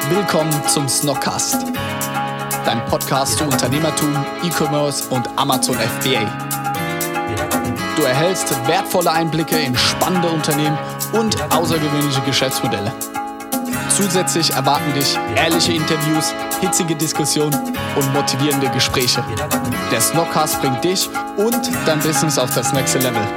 Willkommen zum Snockcast, dein Podcast zu Unternehmertum, E-Commerce und Amazon FBA. Du erhältst wertvolle Einblicke in spannende Unternehmen und außergewöhnliche Geschäftsmodelle. Zusätzlich erwarten dich ehrliche Interviews, hitzige Diskussionen und motivierende Gespräche. Der Snockcast bringt dich und dein Business auf das nächste Level.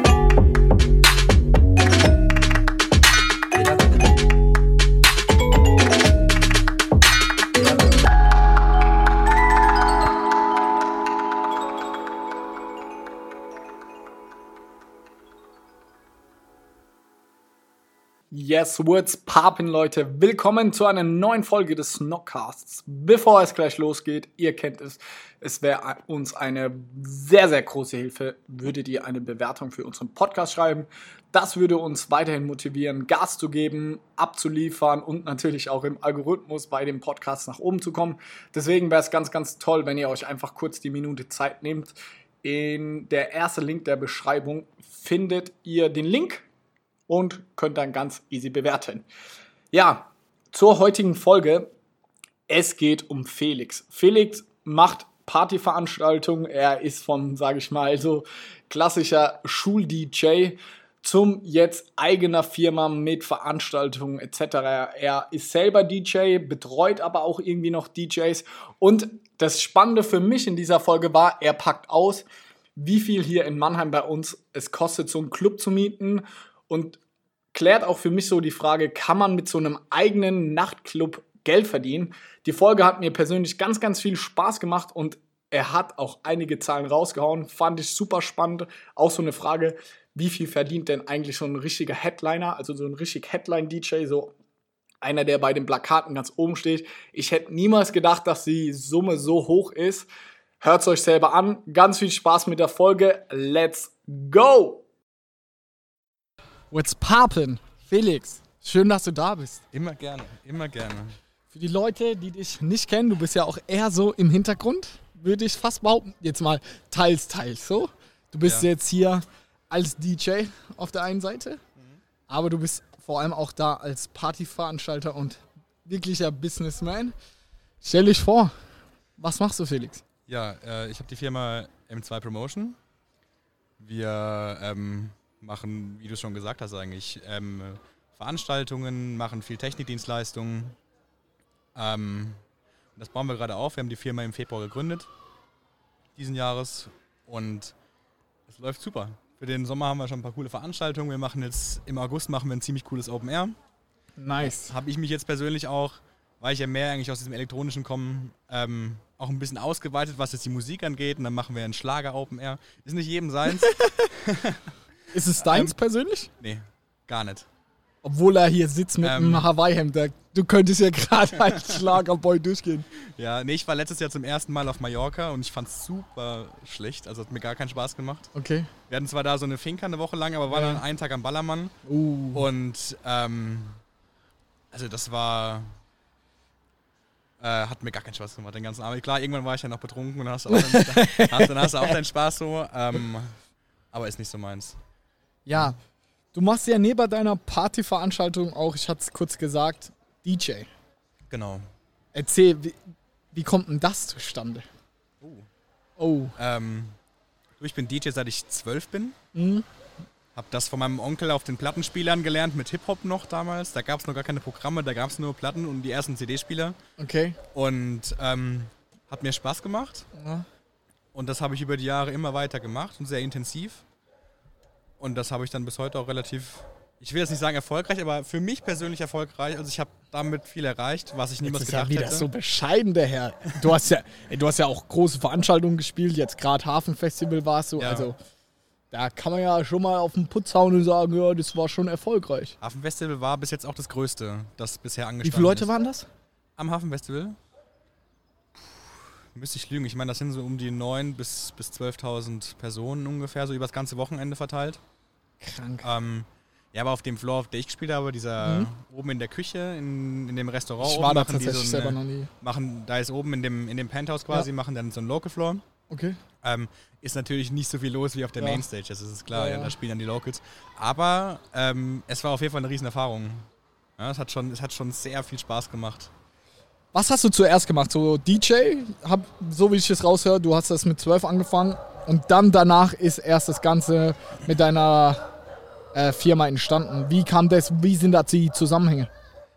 Yes, what's poppin', Leute? Willkommen zu einer neuen Folge des Snockcasts. Bevor es gleich losgeht, ihr kennt es, es wäre uns eine sehr, sehr große Hilfe, würdet ihr eine Bewertung für unseren Podcast schreiben. Das würde uns weiterhin motivieren, Gas zu geben, abzuliefern und natürlich auch im Algorithmus bei dem Podcast nach oben zu kommen. Deswegen wäre es ganz, ganz toll, wenn ihr euch einfach kurz die Minute Zeit nehmt. In der erste Link der Beschreibung findet ihr den Link und könnt dann ganz easy bewerten. Ja, zur heutigen Folge. Es geht um Felix. Felix macht Partyveranstaltungen. Er ist von, sage ich mal, so klassischer Schul-DJ zum jetzt eigener Firma mit Veranstaltungen etc. Er ist selber DJ, betreut aber auch irgendwie noch DJs. Und das Spannende für mich in dieser Folge war, er packt aus, wie viel hier in Mannheim bei uns es kostet, so einen Club zu mieten. Und klärt auch für mich so die Frage, kann man mit so einem eigenen Nachtclub Geld verdienen? Die Folge hat mir persönlich ganz, ganz viel Spaß gemacht und er hat auch einige Zahlen rausgehauen. Fand ich super spannend. Auch so eine Frage, wie viel verdient denn eigentlich so ein richtiger Headliner, also so ein richtig Headline-DJ, so einer, der bei den Plakaten ganz oben steht. Ich hätte niemals gedacht, dass die Summe so hoch ist. Hört es euch selber an. Ganz viel Spaß mit der Folge. Let's go! What's poppin'? Felix, schön, dass du da bist. Immer gerne, immer gerne. Für die Leute, die dich nicht kennen, du bist ja auch eher so im Hintergrund, würde ich fast behaupten. Jetzt mal teils, so. Du bist jetzt hier als DJ auf der einen Seite, aber du bist vor allem auch da als Partyveranstalter und wirklicher Businessman. Stell dich vor, was machst du, Felix? Ja, ich habe die Firma M2 Promotion. Wir machen, wie du schon gesagt hast eigentlich, Veranstaltungen, machen viel Technikdienstleistungen. Das bauen wir gerade auf. Wir haben die Firma im Februar gegründet, diesen Jahres. Und es läuft super. Für den Sommer haben wir schon ein paar coole Veranstaltungen. Wir machen jetzt, im August machen wir ein ziemlich cooles Open Air. Nice. Habe ich mich jetzt persönlich auch, weil ich ja mehr eigentlich aus diesem Elektronischen komme, auch ein bisschen ausgeweitet, was jetzt die Musik angeht. Und dann machen wir einen Schlager-Open Air. Ist nicht jedem seins. Ist es deins persönlich? Nee, gar nicht. Obwohl er hier sitzt mit einem Hawaii-Hemd. Du könntest ja gerade als Schlagerboy durchgehen. Ja, nee, ich war letztes Jahr zum ersten Mal auf Mallorca und ich fand es super schlecht. Also hat mir gar keinen Spaß gemacht. Okay. Wir hatten zwar da so eine Finca eine Woche lang, aber waren dann einen Tag am Ballermann. Und also das war... hat mir gar keinen Spaß gemacht, den ganzen Abend. Klar, irgendwann war ich ja noch betrunken und dann hast du auch deinen Spaß so. Aber ist nicht so meins. Ja, du machst ja neben deiner Partyveranstaltung auch, ich hatte es kurz gesagt, DJ. Genau. Erzähl, wie kommt denn das zustande? Ich bin DJ, seit ich 12 bin. Hab das von meinem Onkel auf den Plattenspielern gelernt, mit Hip-Hop noch damals. Da gab es noch gar keine Programme, da gab es nur Platten und die ersten CD-Spieler. Okay. Und hat mir Spaß gemacht. Ja. Und das habe ich über die Jahre immer weiter gemacht und sehr intensiv. Und das habe ich dann bis heute auch relativ, ich will jetzt nicht sagen erfolgreich, aber für mich persönlich erfolgreich. Also ich habe damit viel erreicht, was ich niemals gedacht hätte. Das ist ja wieder so bescheiden, der Herr. Du hast ja auch große Veranstaltungen gespielt, jetzt gerade Hafenfestival warst du, also da kann man ja schon mal auf den Putz hauen und sagen, ja, das war schon erfolgreich. Hafenfestival war bis jetzt auch das Größte, das bisher angestanden ist. Wie viele Leute waren das? Am Hafenfestival? Müsste ich lügen. Ich meine, das sind so um die 9.000 bis 12.000 Personen ungefähr, so über das ganze Wochenende verteilt. Krank. Ja, aber auf dem Floor, auf dem ich gespielt habe, dieser oben in der Küche, in dem Restaurant. Ich war da tatsächlich selber noch nie. Da ist oben in dem Penthouse quasi, machen dann so einen Local Floor. Okay. Ist natürlich nicht so viel los wie auf der Mainstage, das ist klar, da spielen dann die Locals. Aber es war auf jeden Fall eine riesen Erfahrung. Ja, es hat schon sehr viel Spaß gemacht. Was hast du zuerst gemacht? So DJ? So wie ich es raushöre, du hast das mit 12 angefangen und dann danach ist erst das Ganze mit deiner Firma entstanden. Wie kam das, wie sind da die Zusammenhänge?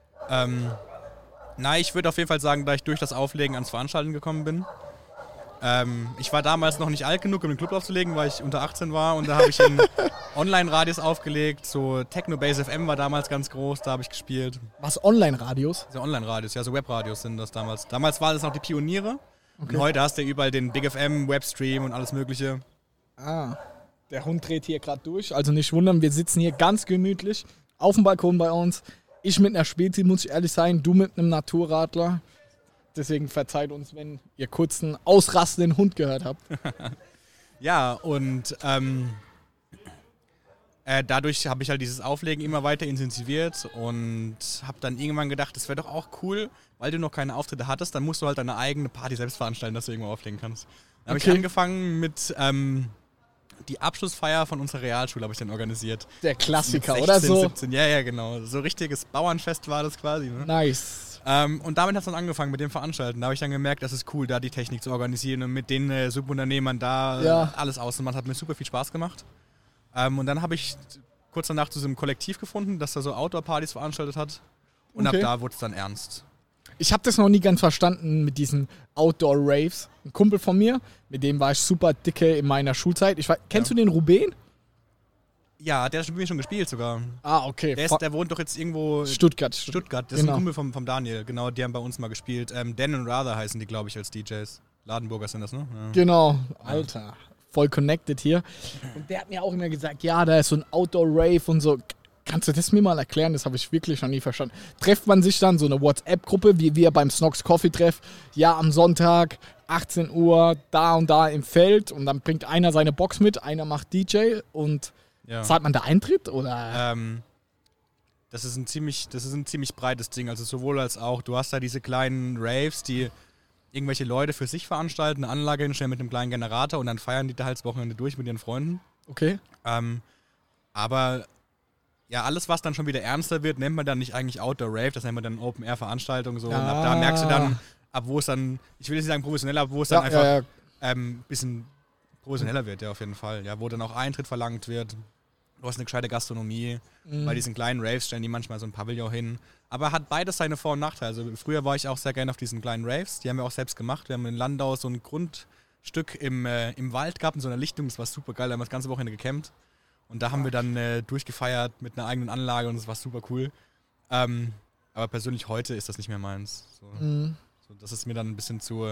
Ich würde auf jeden Fall sagen, da ich durch das Auflegen ans Veranstalten gekommen bin. Ich war damals noch nicht alt genug, um den Club aufzulegen, weil ich unter 18 war. Und da habe ich in Online-Radios aufgelegt. So Techno-Base FM war damals ganz groß, da habe ich gespielt. Was, Online-Radios? So Online-Radios, ja, so Webradios sind das damals. Damals waren das noch die Pioniere. Okay. Und heute hast du überall den Big FM, Webstream und alles Mögliche. Der Hund dreht hier gerade durch. Also nicht wundern, wir sitzen hier ganz gemütlich auf dem Balkon bei uns. Ich mit einer Spezi, muss ich ehrlich sein, du mit einem Naturradler. Deswegen verzeiht uns, wenn ihr kurz einen ausrastenden Hund gehört habt. Ja, und dadurch habe ich halt dieses Auflegen immer weiter intensiviert und habe dann irgendwann gedacht, das wäre doch auch cool, weil du noch keine Auftritte hattest, dann musst du halt deine eigene Party selbst veranstalten, dass du irgendwo auflegen kannst. Dann habe ich angefangen mit die Abschlussfeier von unserer Realschule habe ich dann organisiert. Der Klassiker, 16, oder so? 17, ja, genau. So richtiges Bauernfest war das quasi. Ne? Nice. Und damit hat es dann angefangen mit dem Veranstalten. Da habe ich dann gemerkt, das ist cool, da die Technik zu organisieren und mit den Subunternehmern da alles auszumachen. Hat mir super viel Spaß gemacht. Und dann habe ich kurz danach zu so einem Kollektiv gefunden, das da so Outdoor-Partys veranstaltet hat. Und ab da wurde es dann ernst. Ich habe das noch nie ganz verstanden mit diesen Outdoor-Raves. Ein Kumpel von mir, mit dem war ich super dicke in meiner Schulzeit. Kennst du den Ruben? Ja, der hat mit mir schon gespielt sogar. Okay. Der wohnt doch jetzt irgendwo... Stuttgart. Das ist ein Kumpel vom Daniel, genau, die haben bei uns mal gespielt. Dan and Rather heißen die, glaube ich, als DJs. Ladenburger sind das, ne? Ja. Genau, Alter. Voll connected hier. Und der hat mir auch immer gesagt, ja, da ist so ein Outdoor-Rave und so. Kannst du das mir mal erklären? Das habe ich wirklich noch nie verstanden. Trifft man sich dann, so eine WhatsApp-Gruppe, wie wir beim Snox Coffee Treff, ja, am Sonntag, 18 Uhr, da und da im Feld und dann bringt einer seine Box mit, einer macht DJ und zahlt man da Eintritt, oder? Das ist ein ziemlich breites Ding, also sowohl als auch. Du hast da diese kleinen Raves, die irgendwelche Leute für sich veranstalten, eine Anlage hinstellen mit einem kleinen Generator und dann feiern die da halt das Wochenende durch mit ihren Freunden. Okay. Aber ja, alles, was dann schon wieder ernster wird, nennt man dann nicht eigentlich Outdoor Rave, das nennt man dann Open-Air-Veranstaltung. So. Und ab da merkst du dann, ab wo es dann, ich will jetzt nicht sagen professioneller, ab wo es dann einfach ein bisschen professioneller wird, ja, auf jeden Fall. Ja, wo dann auch Eintritt verlangt wird. Du hast eine gescheite Gastronomie. Bei diesen kleinen Raves stellen die manchmal so ein Pavillon hin. Aber hat beides seine Vor- und Nachteile. Also früher war ich auch sehr gerne auf diesen kleinen Raves. Die haben wir auch selbst gemacht. Wir haben in Landau so ein Grundstück im Wald gehabt, in so einer Lichtung. Das war super geil. Da haben wir das ganze Wochenende gecampt. Und da haben wir dann durchgefeiert mit einer eigenen Anlage und das war super cool. Aber persönlich heute ist das nicht mehr meins. So, das ist mir dann ein bisschen zu...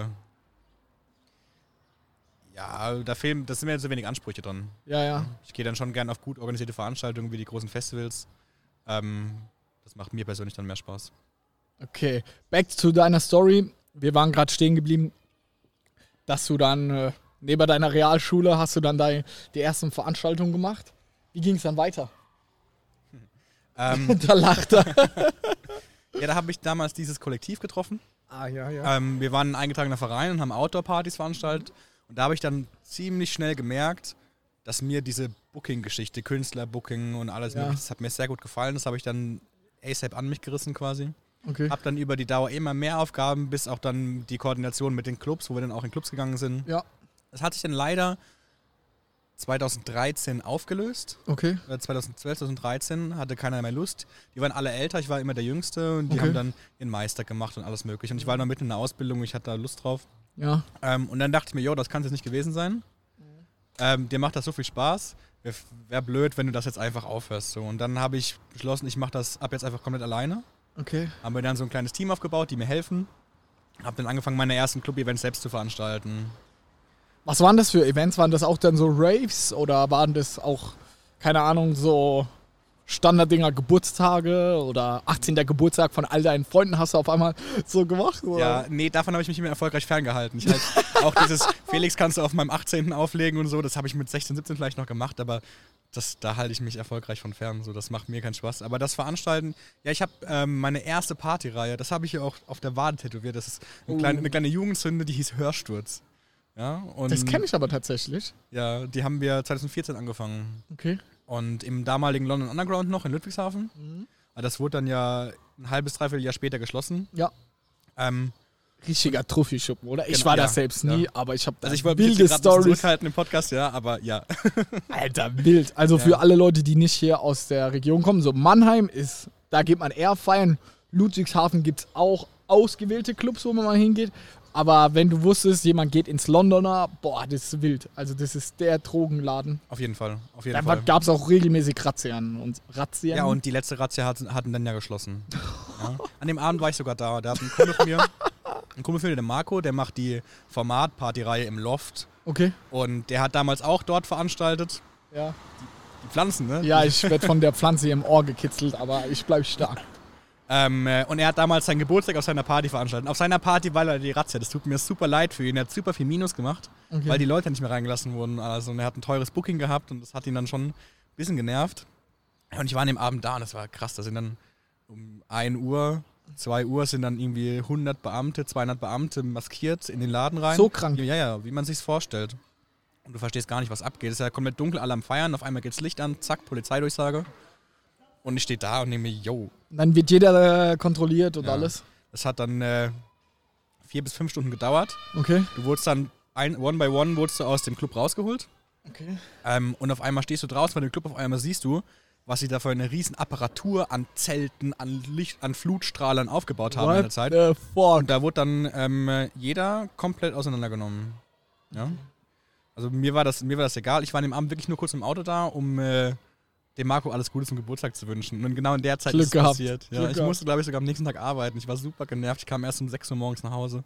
Ja, das sind mir zu wenig Ansprüche dran. Ja. Ich gehe dann schon gern auf gut organisierte Veranstaltungen wie die großen Festivals. Das macht mir persönlich dann mehr Spaß. Okay, back zu deiner Story. Wir waren gerade stehen geblieben, dass du dann neben deiner Realschule hast du dann die ersten Veranstaltungen gemacht. Wie ging es dann weiter? Da lacht er. Ja, da habe ich damals dieses Kollektiv getroffen. Ja. Wir waren ein eingetragener Verein und haben Outdoor-Partys veranstaltet. Und da habe ich dann ziemlich schnell gemerkt, dass mir diese Booking-Geschichte, Künstler-Booking und alles mögliche, das hat mir sehr gut gefallen. Das habe ich dann ASAP an mich gerissen quasi. Okay. Habe dann über die Dauer immer mehr Aufgaben, bis auch dann die Koordination mit den Clubs, wo wir dann auch in Clubs gegangen sind. Ja. Das hat sich dann leider 2013 aufgelöst. Okay. 2012, 2013 hatte keiner mehr Lust. Die waren alle älter, ich war immer der Jüngste und die haben dann ihren Meister gemacht und alles mögliche. Und ich war noch mitten in der Ausbildung, ich hatte da Lust drauf. Ja. Und dann dachte ich mir, das kann es jetzt nicht gewesen sein. Dir macht das so viel Spaß. Wäre blöd, wenn du das jetzt einfach aufhörst. So. Und dann habe ich beschlossen, ich mache das ab jetzt einfach komplett alleine. Okay. Haben wir dann so ein kleines Team aufgebaut, die mir helfen. Habe dann angefangen, meine ersten Club-Events selbst zu veranstalten. Was waren das für Events? Waren das auch dann so Raves oder waren das auch, keine Ahnung, so Standarddinger, Geburtstage oder 18. Geburtstag von all deinen Freunden hast du auf einmal so gemacht? Oder? Ja, nee, davon habe ich mich immer erfolgreich ferngehalten. Ich halt auch dieses Felix kannst du auf meinem 18. auflegen und so, das habe ich mit 16, 17 vielleicht noch gemacht, aber da halte ich mich erfolgreich von fern. So, das macht mir keinen Spaß. Aber das Veranstalten, ja, ich habe meine erste Partyreihe, das habe ich ja auch auf der Wade tätowiert. Das ist eine kleine Jugendsünde, die hieß Hörsturz. Ja, und das kenne ich aber tatsächlich. Ja, die haben wir 2014 angefangen. Okay. Und im damaligen London Underground noch in Ludwigshafen. Aber das wurde dann ja ein halbes, dreiviertel Jahr später geschlossen. Ja. Richtiger Trophy-Schuppen, oder? Ich Genau, war ja, das selbst nie, aber ich habe da Also ich wollte mich wilde gerade ein bisschen Stories. zurückhalten im Podcast, ja, aber ja. Alter, wild. Also für alle Leute, die nicht hier aus der Region kommen, so Mannheim ist, da geht man eher feiern. Ludwigshafen gibt es auch ausgewählte Clubs, wo man mal hingeht. Aber wenn du wusstest, jemand geht ins Londoner, boah, das ist wild. Also das ist der Drogenladen. Auf jeden Fall, auf jeden Da Fall. gab es auch regelmäßig Razzien. Und Razzien? Ja, und die letzte Razzia hatten dann ja geschlossen. Ja. An dem Abend war ich sogar da. Da hat ein Kumpel von mir, der Marco, der macht die Format-Party-Reihe im Loft. Okay. Und der hat damals auch dort veranstaltet. Ja. Die Pflanzen, ne? Ja, ich werde von der Pflanze im Ohr gekitzelt, aber ich bleibe stark. Und er hat damals seinen Geburtstag auf seiner Party veranstaltet. Auf seiner Party war leider die Razzia. Das tut mir super leid für ihn. Er hat super viel Minus gemacht, weil die Leute nicht mehr reingelassen wurden. Also, und er hat ein teures Booking gehabt und das hat ihn dann schon ein bisschen genervt. Und ich war an dem Abend da und das war krass. Da sind dann um 1 Uhr, 2 Uhr sind dann irgendwie 100 Beamte, 200 Beamte maskiert in den Laden rein. So krank. Ja, wie man sich's vorstellt. Und du verstehst gar nicht, was abgeht. Es ist ja komplett dunkel, alle am Feiern. Auf einmal geht's Licht an, zack, Polizeidurchsage. Und ich stehe da und nehme, yo. Dann wird jeder kontrolliert und alles. Das hat dann 4 bis 5 Stunden gedauert. Okay. Du wurdest dann one by one wurdest du aus dem Club rausgeholt. Okay. Und auf einmal stehst du draußen bei dem Club, auf einmal siehst du, was sie da für eine riesen Apparatur an Zelten, an Licht, an Flutstrahlern aufgebaut haben in der Zeit. The fuck? Und da wurde dann jeder komplett auseinandergenommen. Ja. Also mir war das egal. Ich war an dem Abend wirklich nur kurz im Auto da, um dem Marco alles Gute zum Geburtstag zu wünschen. Und genau in der Zeit Glück ist es gehabt. passiert. Ja, Glück ich gehabt. musste, glaube ich, sogar am nächsten Tag arbeiten. Ich war super genervt. Ich kam erst um 6 Uhr morgens nach Hause.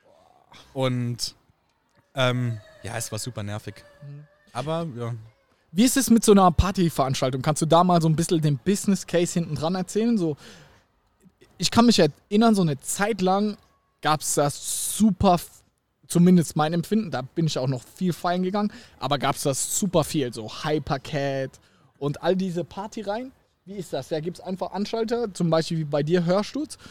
Und es war super nervig. Aber ja. Wie ist es mit so einer Partyveranstaltung? Kannst du da mal so ein bisschen den Business Case hinten dran erzählen? So, ich kann mich erinnern, so eine Zeit lang gab es das super, zumindest mein Empfinden, da bin ich auch noch viel feiern gegangen, aber gab es das super viel, so Hypercat und all diese Partyreihen. Wie ist das? Da gibt es einfach Veranstalter, zum Beispiel wie bei dir Hörsturz.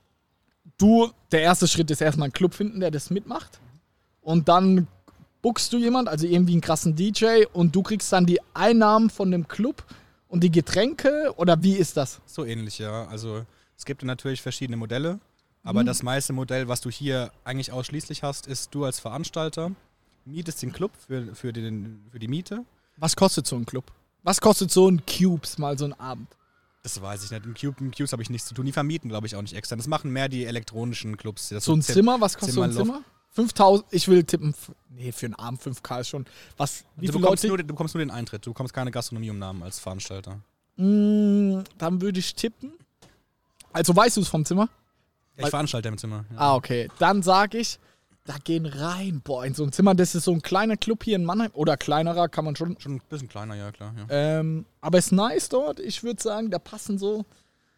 Der erste Schritt ist erstmal einen Club finden, der das mitmacht. Und dann bookst du jemand, also irgendwie einen krassen DJ, und du kriegst dann die Einnahmen von dem Club und die Getränke, oder wie ist das? So ähnlich, ja. Also es gibt natürlich verschiedene Modelle, aber das meiste Modell, was du hier eigentlich ausschließlich hast, ist, du als Veranstalter mietest den Club für die Miete. Was kostet so ein Club? Was kostet so ein Cubes mal so ein Abend? Das weiß ich nicht. Im Cubes habe ich nichts zu tun. Die vermieten, glaube ich, auch nicht extra. Das machen mehr die elektronischen Clubs. So ein Zimmer, was kostet so ein Zimmer? 5.000, ich will tippen, für einen Abend 5.000 ist schon. Wie viele Leute? Du bekommst nur den Eintritt, du bekommst keine Gastronomieumnahmen als Veranstalter. Dann würde ich tippen. Also weißt du es vom Zimmer? Ja, ich veranstalte im Zimmer. Ja. Ah, okay. Dann sage ich, da gehen rein. Boah, in so ein Zimmer, das ist so ein kleiner Club hier in Mannheim. Oder kleinerer, kann man schon. Schon ein bisschen kleiner, ja klar. Ja. Aber es ist nice dort. Ich würde sagen, da passen so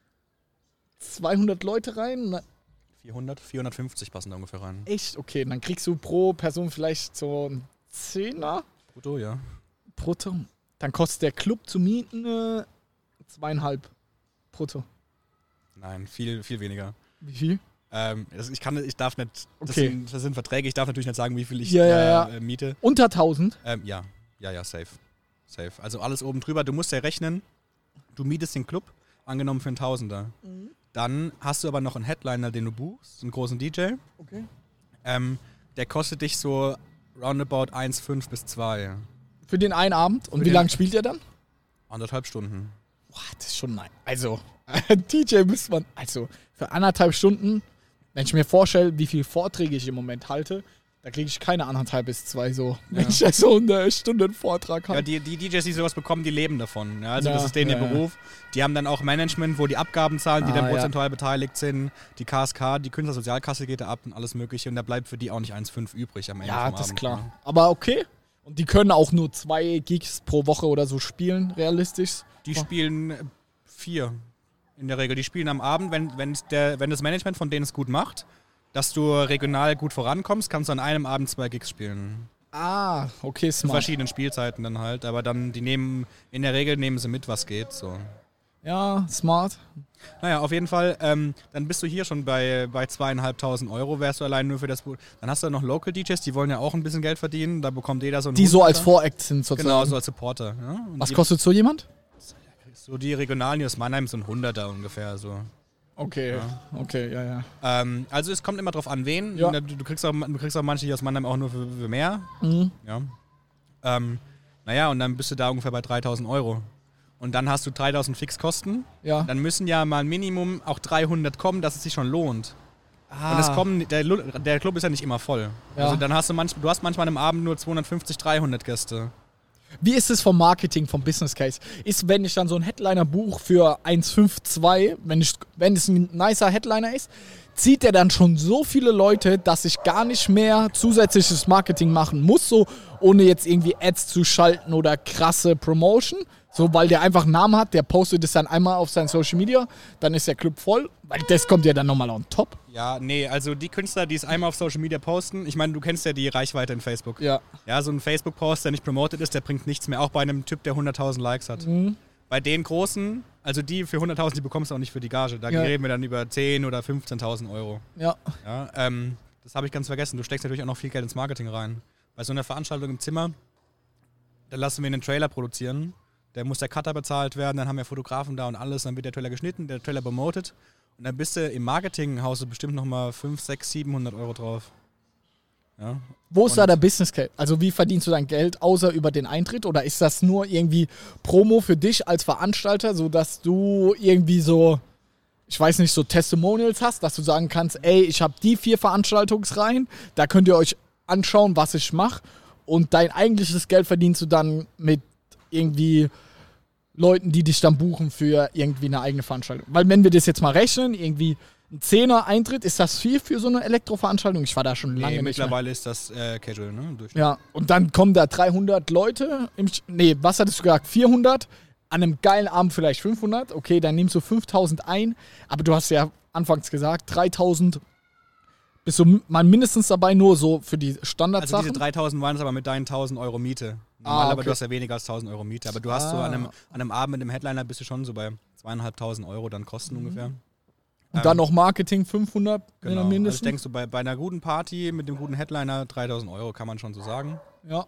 200 Leute rein. 450 passen da ungefähr rein. Echt? Okay, dann kriegst du pro Person vielleicht so einen Zehner. Brutto, ja. Brutto. Dann kostet der Club zu mieten 2,5 brutto. Nein, viel, viel weniger. Wie viel? Ich darf nicht, Okay. das sind Verträge, ich darf natürlich nicht sagen, wie viel ich Ja. miete. Unter 1.000? Ja, safe. Also alles oben drüber, du musst ja rechnen, du mietest den Club, angenommen für einen Tausender. Dann hast du aber noch einen Headliner, den du buchst, einen großen DJ. Okay. Der kostet dich so roundabout 1,5 bis 2. Für den einen Abend? Und Für wie den- lange spielt er dann? 1,5 Stunden. Boah, das ist schon nice. Also, DJ müsste man, also für 1,5 Stunden, wenn ich mir vorstelle, wie viele Vorträge ich im Moment halte, da kriege ich keine 1,5 bis 2 so, wenn ich so eine Stunde einen Vortrag Ja, habe. die DJs, die sowas bekommen, die leben davon. Ja, also Ja, das ist denen ihr ja. Beruf. Die haben dann auch Management, wo die Abgaben zahlen, die dann Ja. prozentual beteiligt sind. Die KSK, die Künstlersozialkasse geht da ab und alles mögliche. Und da bleibt für die auch nicht 1,5 übrig am Ende Ja, vom das ist Abend, klar. ne? Aber okay. Und die können auch nur 2 Gigs pro Woche oder so spielen, realistisch. Die spielen 4 in der Regel. Die spielen am Abend, wenn das Management von denen es gut macht, dass du regional gut vorankommst, kannst du an einem Abend 2 Gigs spielen. Ah, okay, Zu smart. verschiedenen Spielzeiten dann halt. Aber dann, in der Regel nehmen sie mit, was geht. So. Ja, smart. Naja, auf jeden Fall, dann bist du hier schon bei 2.500 Euro, wärst du allein nur für das. Dann hast du noch Local DJs, die wollen ja auch ein bisschen Geld verdienen. Da bekommt jeder so einen Die so als Hunderter. Voract sind sozusagen. Genau, so als Supporter. Ja? Und Was kostet so jemand? so die Regionalen hier aus Mannheim so ein 100er ungefähr. So. Okay, ja. Also es kommt immer drauf an, wen. Ja. Du kriegst auch manche hier aus Mannheim auch nur für mehr. Mhm. Ja. Naja, und dann bist du da ungefähr bei 3.000 Euro. Und dann hast du 3.000 Fixkosten. Ja. Dann müssen ja mal Minimum auch 300 kommen, dass es sich schon lohnt. Und der Club ist ja nicht immer voll. Ja. Also dann hast du manchmal am Abend nur 250, 300 Gäste. Wie ist es vom Marketing, vom Business Case? Wenn ich dann so einen Headliner buche für 1,52, wenn es ein nicer Headliner ist, zieht der dann schon so viele Leute, dass ich gar nicht mehr zusätzliches Marketing machen muss, so ohne jetzt irgendwie Ads zu schalten oder krasse Promotion, so weil der einfach einen Namen hat, der postet es dann einmal auf sein Social Media, dann ist der Club voll, weil das kommt ja dann nochmal on top. Ja, nee, also die Künstler, die es einmal auf Social Media posten, ich meine, du kennst ja die Reichweite in Facebook. Ja. Ja, so ein Facebook-Post, der nicht promotet ist, der bringt nichts mehr, auch bei einem Typ, der 100.000 Likes hat. Mhm. Bei den Großen, also die für 100.000, die bekommst du auch nicht für die Gage. Da reden wir dann über 10.000 oder 15.000 Euro. Ja. Das habe ich ganz vergessen. Du steckst natürlich auch noch viel Geld ins Marketing rein. Bei so einer Veranstaltung im Zimmer, da lassen wir einen Trailer produzieren. Da muss der Cutter bezahlt werden, dann haben wir Fotografen da und alles. Dann wird der Trailer geschnitten, der Trailer promotet. Und dann bist du im Marketinghaus bestimmt nochmal 500, 600, 700 Euro drauf. Ja. Wo ist da der Business Case? Also wie verdienst du dein Geld, außer über den Eintritt? Oder ist das nur irgendwie Promo für dich als Veranstalter, sodass du irgendwie so, ich weiß nicht, so Testimonials hast, dass du sagen kannst, ey, ich habe die 4 Veranstaltungsreihen, da könnt ihr euch anschauen, was ich mache. Und dein eigentliches Geld verdienst du dann mit irgendwie Leuten, die dich dann buchen für irgendwie eine eigene Veranstaltung. Weil wenn wir das jetzt mal rechnen, irgendwie ein 10er Eintritt, ist das viel für so eine Elektroveranstaltung? Ich war da schon lange nicht mehr. Mittlerweile ist das Casual, ne? Ja, und dann kommen da 300 Leute, was hattest du gesagt, 400, an einem geilen Abend vielleicht 500, okay, dann nimmst du 5.000 ein, aber du hast ja anfangs gesagt, 3.000 bist du mal mindestens dabei, nur so für die Standardsachen. Also diese 3.000 waren es aber mit deinen 1.000 Euro Miete. Normal, aber du hast ja weniger als 1.000 Euro Miete. Aber du hast so an einem Abend mit dem Headliner bist du schon so bei 2.500 Euro dann Kosten ungefähr. Und dann noch Marketing 500 genau. mindestens. Also ich denke so bei einer guten Party mit dem guten Headliner 3.000 Euro kann man schon so sagen. Ja.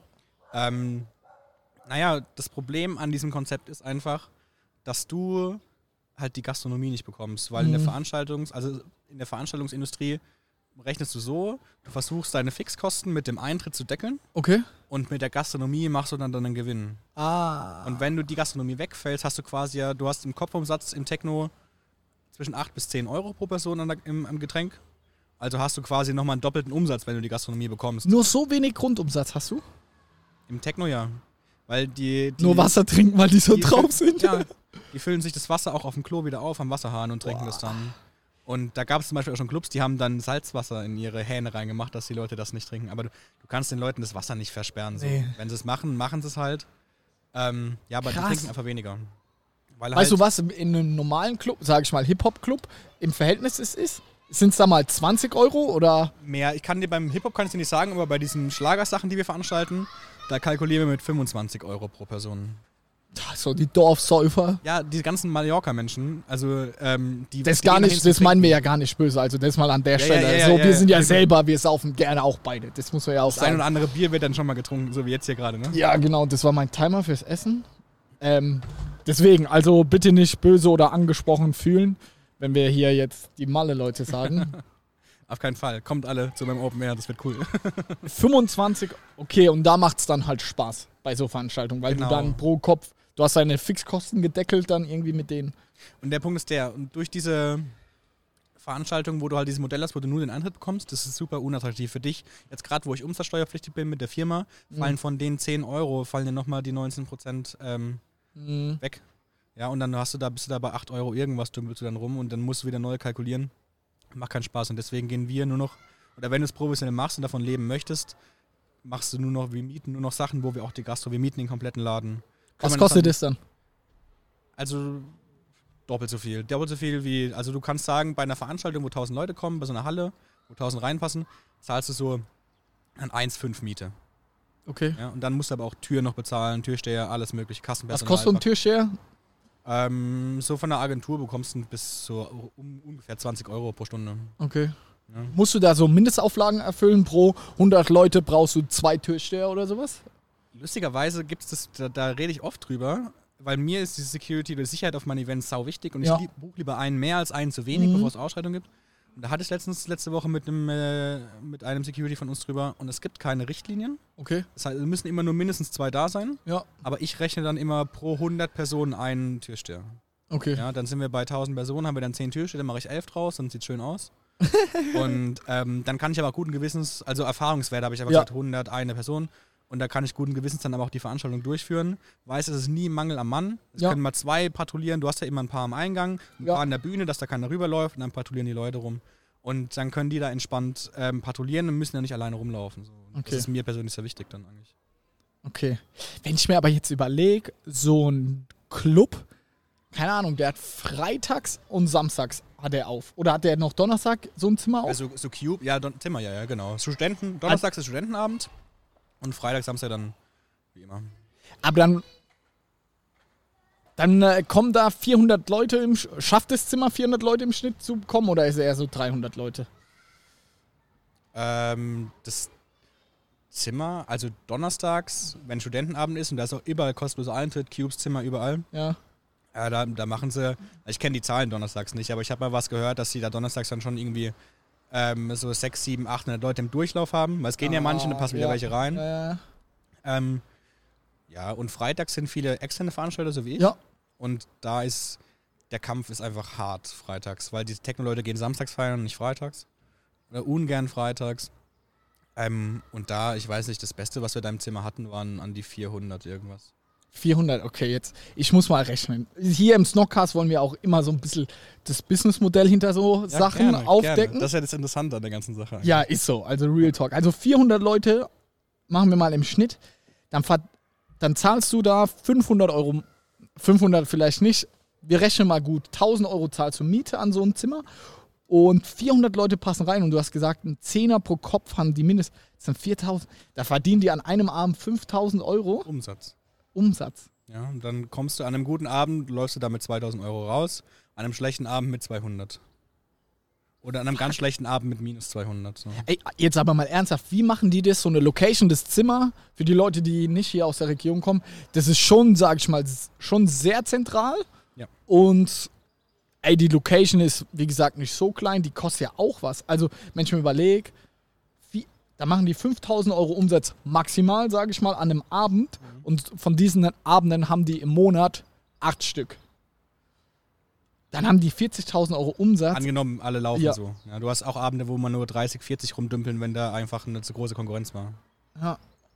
Naja, das Problem an diesem Konzept ist einfach, dass du halt die Gastronomie nicht bekommst, weil in der Veranstaltungsindustrie rechnest du so, du versuchst deine Fixkosten mit dem Eintritt zu deckeln. Okay. Und mit der Gastronomie machst du dann einen Gewinn. Und wenn du die Gastronomie wegfällst, hast du quasi du hast im Kopfumsatz im Techno zwischen 8 bis 10 Euro pro Person im Getränk. Also hast du quasi nochmal einen doppelten Umsatz, wenn du die Gastronomie bekommst. Nur so wenig Grundumsatz hast du? Im Techno ja. Weil die nur Wasser trinken, weil die so drauf sind? Ja, die füllen sich das Wasser auch auf dem Klo wieder auf, am Wasserhahn und trinken das dann. Und da gab es zum Beispiel auch schon Clubs, die haben dann Salzwasser in ihre Hähne reingemacht, dass die Leute das nicht trinken. Aber du kannst den Leuten das Wasser nicht versperren. So. Nee. Wenn sie es machen, machen sie es halt. Aber die trinken einfach weniger. Weil weißt du, was in einem normalen Club, sage ich mal Hip-Hop-Club, im Verhältnis ist? Sind es da mal 20 Euro oder? Mehr. Beim Hip-Hop kann ich dir nicht sagen, aber bei diesen Schlagersachen, die wir veranstalten, da kalkulieren wir mit 25 Euro pro Person. So die Dorfsäufer. Ja, die ganzen Mallorca-Menschen, also die... Das meinen wir ja gar nicht böse, also das mal an der Stelle. Wir sind ja selber, wir saufen gerne auch beide, das muss man ja auch sagen. Das ein oder andere Bier wird dann schon mal getrunken, so wie jetzt hier gerade, ne? Ja, genau, das war mein Timer fürs Essen. Deswegen, also bitte nicht böse oder angesprochen fühlen, wenn wir hier jetzt die Malle-Leute sagen. Auf keinen Fall, kommt alle zu meinem Open Air, das wird cool. 25, okay, und da macht's dann halt Spaß bei so Veranstaltungen, weil du dann pro Kopf, du hast deine Fixkosten gedeckelt dann irgendwie mit denen. Und der Punkt ist und durch diese Veranstaltung, wo du halt dieses Modell hast, wo du nur den Eintritt bekommst, das ist super unattraktiv für dich. Jetzt gerade, wo ich umsatzsteuerpflichtig bin mit der Firma, fallen von den 10 Euro, fallen dir nochmal die 19% weg. Ja, und dann bist du da bei 8 Euro irgendwas, dümpelst du dann rum und dann musst du wieder neu kalkulieren. Macht keinen Spaß und deswegen gehen wir nur noch, oder wenn du es professionell machst und davon leben möchtest, wir mieten nur noch Sachen, wo wir auch wir mieten den kompletten Laden. Was kostet das dann? Also doppelt so viel wie, also du kannst sagen, bei einer Veranstaltung, wo 1.000 Leute kommen, bei so einer Halle, wo 1.000 reinpassen, zahlst du so an 1,5 Miete. Okay. Ja, und dann musst du aber auch Türen noch bezahlen, Türsteher, alles mögliche, Kassenpersonal. Was kostet so ein Türsteher? So von der Agentur bekommst du bis so ungefähr 20 Euro pro Stunde. Okay. Ja. Musst du da so Mindestauflagen erfüllen? Pro 100 Leute brauchst du 2 Türsteher oder sowas? Lustigerweise gibt es das, da rede ich oft drüber. weil mir ist die Security, die Sicherheit auf meinen Events sau wichtig und Ja. ich buche lieber einen mehr als einen zu wenig, bevor es Ausschreitungen gibt. Und da hatte ich letzte Woche mit einem Security von uns drüber und es gibt keine Richtlinien. Okay. Das heißt, es müssen immer nur mindestens 2 da sein, Ja. aber ich rechne dann immer pro 100 Personen einen Türsteher. Okay. Ja, dann sind wir bei 1000 Personen, haben wir dann 10 Türsteher, dann mache ich 11 draus, dann sieht schön aus. Und dann kann ich aber guten Gewissens, also Erfahrungswert habe ich aber gesagt, 100, eine Person. Und da kann ich guten Gewissens dann aber auch die Veranstaltung durchführen. Weiß, es ist nie Mangel am Mann. Es können mal 2 patrouillieren. Du hast ja immer ein paar am Eingang, ein paar an der Bühne, dass da keiner rüberläuft und dann patrouillieren die Leute rum. Und dann können die da entspannt patrouillieren und müssen ja nicht alleine rumlaufen. So. Das ist mir persönlich sehr wichtig dann eigentlich. Okay. Wenn ich mir aber jetzt überlege, so ein Club, keine Ahnung, der hat freitags und samstags hat er auf. Oder hat der noch Donnerstag so ein Zimmer auf? Also so Cube, ja, Zimmer, ja, genau. Donnerstags ist Studentenabend und Freitag, Samstag dann wie immer. Aber dann kommen da 400 Leute, schafft das Zimmer 400 Leute im Schnitt zu bekommen oder ist er eher so 300 Leute? Das Zimmer, also donnerstags, wenn Studentenabend ist und da ist auch überall kostenloser Eintritt, Cubes Zimmer überall. Ja. Ja, da machen sie, ich kenne die Zahlen donnerstags nicht, aber ich habe mal was gehört, dass sie da donnerstags dann schon irgendwie so 600, 700, 800 Leute im Durchlauf haben, weil es gehen ja manche und da passen wieder welche rein. Ja, und freitags sind viele externe Veranstalter, so wie ich. Ja. Und da ist, der Kampf ist einfach hart freitags, weil die Techno-Leute gehen samstags feiern und nicht freitags. Oder ungern freitags. Und da, ich weiß nicht, das Beste, was wir da im Zimmer hatten, waren an die 400 irgendwas. 400, okay, jetzt. Ich muss mal rechnen. Hier im Snockcast wollen wir auch immer so ein bisschen das Businessmodell hinter so Sachen aufdecken. Gerne. Das ist ja das Interessante an der ganzen Sache. Eigentlich. Ja, ist so. Also Real Talk. Also 400 Leute machen wir mal im Schnitt. Dann zahlst du da 500 Euro. 500 vielleicht nicht. Wir rechnen mal gut. 1000 Euro zahlst du Miete an so ein Zimmer. Und 400 Leute passen rein. Und du hast gesagt, ein Zehner pro Kopf haben die mindestens. Das sind 4000. Da verdienen die an einem Abend 5000 Euro. Umsatz. Ja, und dann kommst du an einem guten Abend, läufst du da mit 2000 Euro raus, an einem schlechten Abend mit 200. Oder an einem ganz schlechten Abend mit minus 200. So. Ey, jetzt aber mal ernsthaft, wie machen die das? So eine Location, das Zimmer, für die Leute, die nicht hier aus der Region kommen, das ist schon, sag ich mal, schon sehr zentral. Ja. Und ey, die Location ist, wie gesagt, nicht so klein, die kostet ja auch was. Also, wenn ich mir überlege, da machen die 5000 Euro Umsatz maximal, sage ich mal, an einem Abend. Und von diesen Abenden haben die im Monat 8 Stück. Dann haben die 40.000 Euro Umsatz. Angenommen, alle laufen so. Ja, du hast auch Abende, wo man nur 30, 40 rumdümpeln, wenn da einfach eine zu große Konkurrenz war. Ja.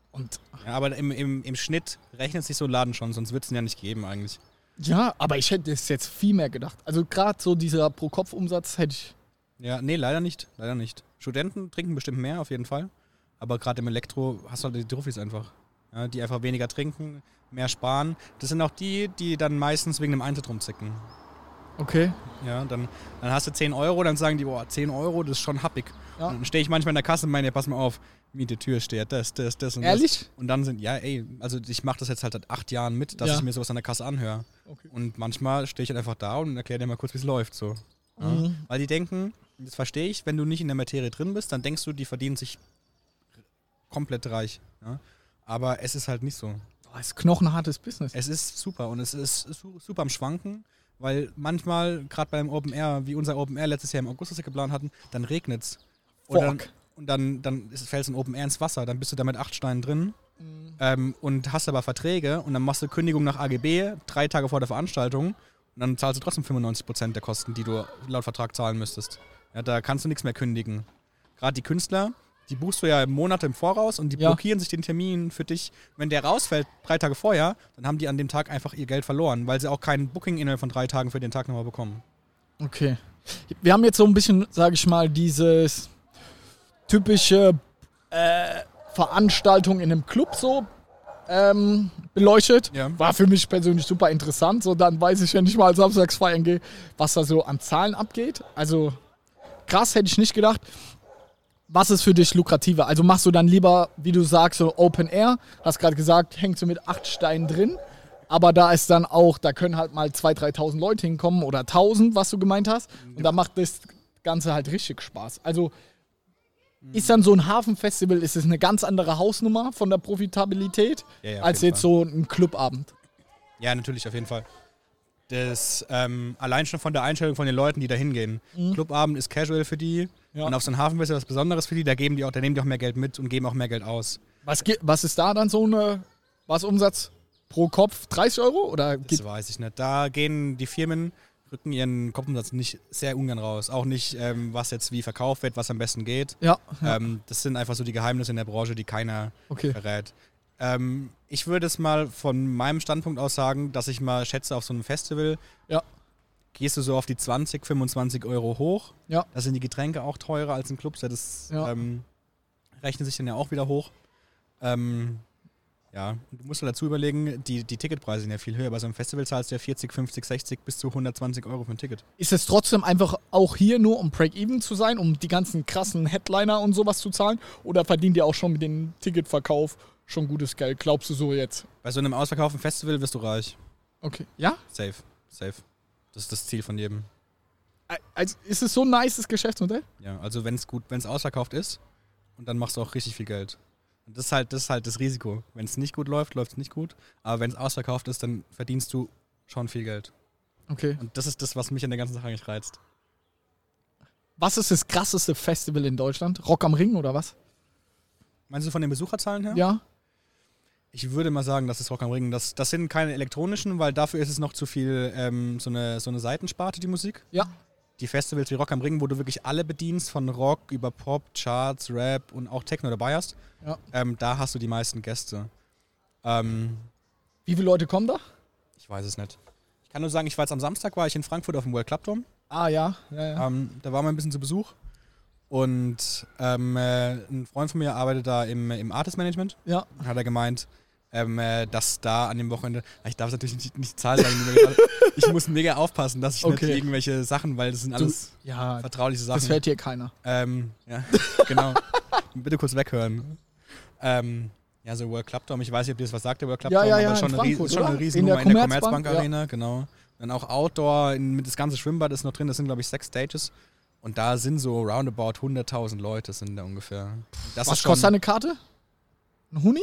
Aber im Schnitt rechnet sich so ein Laden schon, sonst wird es ihn ja nicht geben eigentlich. Ja, aber ich hätte es jetzt viel mehr gedacht. Also gerade so dieser Pro-Kopf-Umsatz hätte ich... Ja, nee, leider nicht. Studenten trinken bestimmt mehr, auf jeden Fall. Aber gerade im Elektro hast du halt die Trophys einfach. Ja, die einfach weniger trinken, mehr sparen. Das sind auch die dann meistens wegen dem Eintritt rumzicken. Okay. Ja, dann hast du 10 Euro, dann sagen die, boah, 10 Euro, das ist schon happig. Ja. Und dann stehe ich manchmal in der Kasse und meine, pass mal auf, Miete, Tür steht, das und Ehrlich? das. Und dann also ich mache das jetzt halt seit 8 Jahren mit, dass ich mir sowas an der Kasse anhöre. Okay. Und manchmal stehe ich halt einfach da und erkläre dir mal kurz, wie es läuft. So. Ja. Weil die denken, das verstehe ich, wenn du nicht in der Materie drin bist, dann denkst du, die verdienen sich komplett reich. Ja? Aber es ist halt nicht so. Es ist knochenhartes Business. Es ist super und es ist super am Schwanken, weil manchmal, gerade beim Open Air, wie unser Open Air letztes Jahr im August, das wir geplant hatten, dann regnet es. Und dann fällt ein Open Air ins Wasser, dann bist du da mit 8 Steinen drin und hast aber Verträge und dann machst du Kündigung nach AGB 3 Tage vor der Veranstaltung und dann zahlst du trotzdem 95% der Kosten, die du laut Vertrag zahlen müsstest. Ja, da kannst du nichts mehr kündigen. Gerade die Künstler, die buchst du ja Monate im Voraus und die blockieren sich den Termin für dich. Wenn der rausfällt 3 Tage vorher, dann haben die an dem Tag einfach ihr Geld verloren, weil sie auch kein Booking innerhalb von 3 Tagen für den Tag nochmal bekommen. Okay. Wir haben jetzt so ein bisschen, sage ich mal, dieses typische Veranstaltung in einem Club so beleuchtet. Ja. War für mich persönlich super interessant. So, dann weiß ich, wenn ich mal samstags feiern gehe, was da so an Zahlen abgeht. Also krass, hätte ich nicht gedacht. Was ist für dich lukrativer? Also machst du dann lieber, wie du sagst, so Open Air, hast gerade gesagt, hängst du mit 8 Steinen drin, aber da ist dann auch, da können halt mal 2.000, 3.000 Leute hinkommen oder 1.000, was du gemeint hast, und da macht das Ganze halt richtig Spaß. Also ist dann so ein Hafenfestival, ist es eine ganz andere Hausnummer von der Profitabilität, als jetzt so ein Clubabend? Ja, natürlich, auf jeden Fall. Das, allein schon von der Einstellung von den Leuten, die da hingehen. Clubabend ist casual für die und auf so einem Hafenfest ist was Besonderes für die, da nehmen die auch mehr Geld mit und geben auch mehr Geld aus. Was ist da dann so was Umsatz pro Kopf? 30 Euro? Oder Das weiß ich nicht. Da gehen die Firmen, rücken ihren Kopfumsatz nicht sehr ungern raus. Auch nicht, was jetzt wie verkauft wird, was am besten geht. Ja. Das sind einfach so die Geheimnisse in der Branche, die keiner verrät. Ich würde es mal von meinem Standpunkt aus sagen, dass ich mal schätze, auf so einem Festival gehst du so auf die 20, 25 Euro hoch. Ja. Da sind die Getränke auch teurer als im Club. Das rechnet sich dann ja auch wieder hoch. Ja, du musst dazu überlegen, die Ticketpreise sind ja viel höher. Bei so einem Festival zahlst du ja 40, 50, 60 bis zu 120 Euro für ein Ticket. Ist es trotzdem einfach auch hier nur, um Break-Even zu sein, um die ganzen krassen Headliner und sowas zu zahlen? Oder verdient ihr auch schon mit dem Ticketverkauf schon gutes Geld? Glaubst du so jetzt? Bei so einem ausverkauften Festival wirst du reich. Okay. Ja? Safe. Das ist das Ziel von jedem. Also ist es so ein nices Geschäftsmodell? Ja, also wenn es ausverkauft ist und dann machst du auch richtig viel Geld. Und das ist halt das Risiko. Wenn es nicht gut läuft, läuft es nicht gut. Aber wenn es ausverkauft ist, dann verdienst du schon viel Geld. Okay. Und das ist das, was mich an der ganzen Sache eigentlich reizt. Was ist das krasseste Festival in Deutschland? Rock am Ring oder was? Meinst du von den Besucherzahlen her? Ja. Ich würde mal sagen, das ist Rock am Ring. Das sind keine elektronischen, weil dafür ist es noch zu viel so eine Seitensparte, die Musik. Ja. Die Festivals wie Rock am Ring, wo du wirklich alle bedienst, von Rock über Pop, Charts, Rap und auch Techno dabei hast, da hast du die meisten Gäste. Wie viele Leute kommen da? Ich weiß es nicht. Ich kann nur sagen, ich war jetzt am Samstag, war ich in Frankfurt auf dem World Club Dome. Ah, ja. Da waren wir ein bisschen zu Besuch. Und ein Freund von mir arbeitet da im Artist Management. Ja. Hat er gemeint, dass da an dem Wochenende, ich darf es natürlich nicht Zahlen sagen, ich muss mega aufpassen, dass ich nicht irgendwelche Sachen, weil das sind alles vertrauliche Sachen. Das hört hier keiner. Ja, genau. Bitte kurz weghören. So World Club Dome, ich weiß nicht, ob dir das was sagt, der World Club Dome, aber schon eine Riesennummer in der Commerzbank Arena, genau. Dann auch Outdoor, mit das ganze Schwimmbad ist noch drin, das sind glaube ich 6 Stages. Und da sind so roundabout 100.000 Leute sind da ungefähr. Was kostet eine Karte? Ein Huni?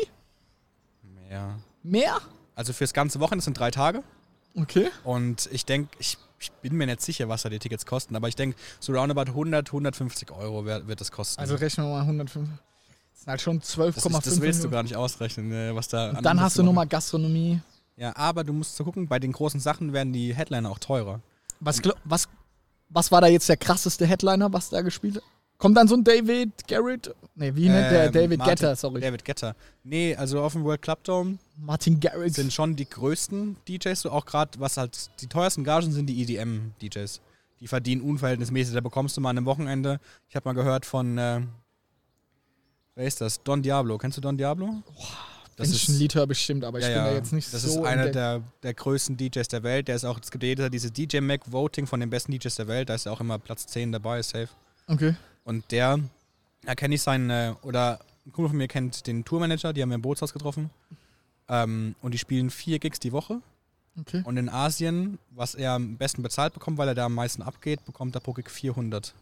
Mehr? Also fürs ganze Wochenende sind 3 Tage. Okay. Und ich denke, ich bin mir nicht sicher, was da die Tickets kosten, aber ich denke, so roundabout 150 Euro wird das kosten. Also rechnen wir mal 150. Das sind halt schon 12,5. Das willst du gar nicht ausrechnen, was da. Und dann hast du nochmal Gastronomie. Ja, aber du musst so gucken, bei den großen Sachen werden die Headliner auch teurer. Was war da jetzt der krasseste Headliner, was da gespielt hat? Kommt dann so ein David Garrett? Nee, wie nennt der? David Guetta, sorry. David Guetta. Nee, also auf dem World Club Dome Martin Garrix sind schon die größten DJs, so auch gerade, was halt die teuersten Gagen sind, die EDM-DJs. Die verdienen unverhältnismäßig, da bekommst du mal an einem Wochenende, ich habe mal gehört von, wer ist das? Don Diablo. Kennst du Don Diablo? Das ist ein Lied höre bestimmt, aber ich bin da jetzt nicht das so. Das ist einer der größten DJs der Welt. Der ist auch, es gibt dieses DJ Mag Voting von den besten DJs der Welt. Da ist er auch immer Platz 10 dabei, safe. Okay. Und da kenne ich oder ein Kumpel von mir kennt den Tourmanager, die haben wir im Bootshaus getroffen. Und die spielen 4 Gigs die Woche. Okay. Und in Asien, was er am besten bezahlt bekommt, weil er da am meisten abgeht, bekommt er pro Gig 400.000.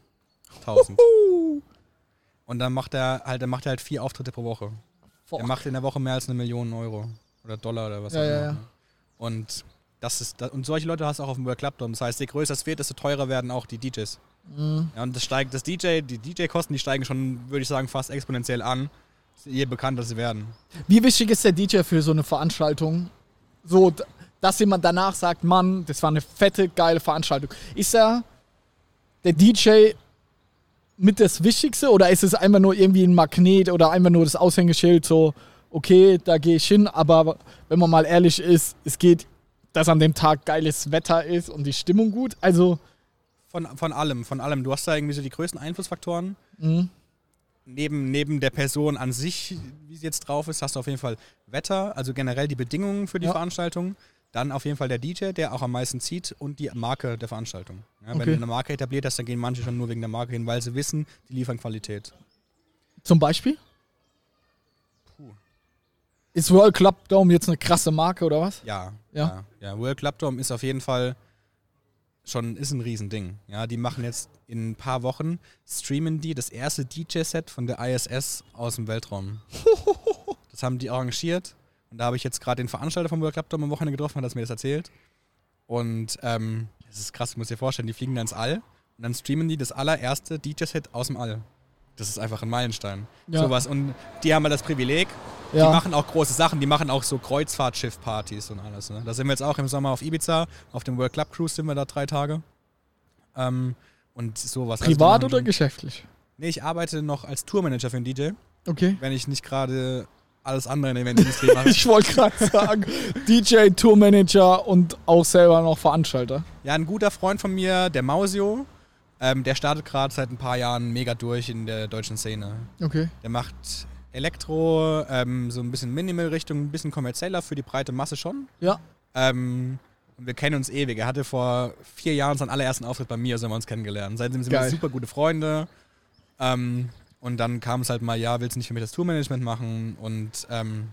Und dann macht er halt 4 Auftritte pro Woche. Er macht in der Woche mehr als 1 Million Euro oder Dollar oder was auch immer. Ja. Und und solche Leute hast du auch auf dem World Club Dome. Das heißt, je größer es wird, desto teurer werden auch die DJs. Mhm. Ja, und die DJ-Kosten, die steigen schon, würde ich sagen, fast exponentiell an, je bekannter sie werden. Wie wichtig ist der DJ für so eine Veranstaltung? So, dass jemand danach sagt, Mann, das war eine fette, geile Veranstaltung. Ist der DJ mit das Wichtigste oder ist es einfach nur irgendwie ein Magnet oder einfach nur das Aushängeschild, so, okay, da gehe ich hin, aber wenn man mal ehrlich ist, es geht, dass an dem Tag geiles Wetter ist und die Stimmung gut, also... Von allem. Du hast da irgendwie so die größten Einflussfaktoren. Mhm. Neben der Person an sich, wie sie jetzt drauf ist, hast du auf jeden Fall Wetter, also generell die Bedingungen für die Veranstaltung. Dann auf jeden Fall der DJ, der auch am meisten zieht und die Marke der Veranstaltung. Ja, wenn du eine Marke etabliert hast, dann gehen manche schon nur wegen der Marke hin, weil sie wissen, die liefern Qualität. Zum Beispiel? Ist World Club Dome jetzt eine krasse Marke oder was? Ja. World Club Dome ist auf jeden Fall ist ein Riesending. Ja, die machen jetzt in ein paar Wochen, streamen die das erste DJ-Set von der ISS aus dem Weltraum. Das haben die arrangiert Und da habe ich jetzt gerade den Veranstalter vom World Club Dome am Wochenende getroffen, hat das mir das erzählt. Und das ist krass, du musst dir vorstellen, die fliegen dann ins All und dann streamen die das allererste DJ-Set aus dem All. Das ist einfach ein Meilenstein. Ja. Sowas. Und die haben halt das Privileg, die machen auch große Sachen, die machen auch so Kreuzfahrtschiff-Partys und alles. Ne? Da sind wir jetzt auch im Sommer auf Ibiza, auf dem World Club Cruise sind wir da 3 Tage. Und sowas. Privat oder geschäftlich? Nee, ich arbeite noch als Tourmanager für einen DJ, Okay. wenn ich nicht gerade alles andere in der Eventindustrie mache. Ich wollte gerade sagen, DJ, Tourmanager und auch selber noch Veranstalter. Ja, ein guter Freund von mir, der Mausio, der startet gerade seit ein paar Jahren mega durch in der deutschen Szene. Okay. Der macht Elektro, so ein bisschen Minimal-Richtung, ein bisschen kommerzieller für die breite Masse schon. Ja. Und wir kennen uns ewig. Er hatte vor 4 Jahren seinen allerersten Auftritt bei mir, so haben wir uns kennengelernt. Seitdem sind wir Geil. super gute Freunde. Und dann kam es halt mal, ja, willst du nicht für mich das Tourmanagement machen? Und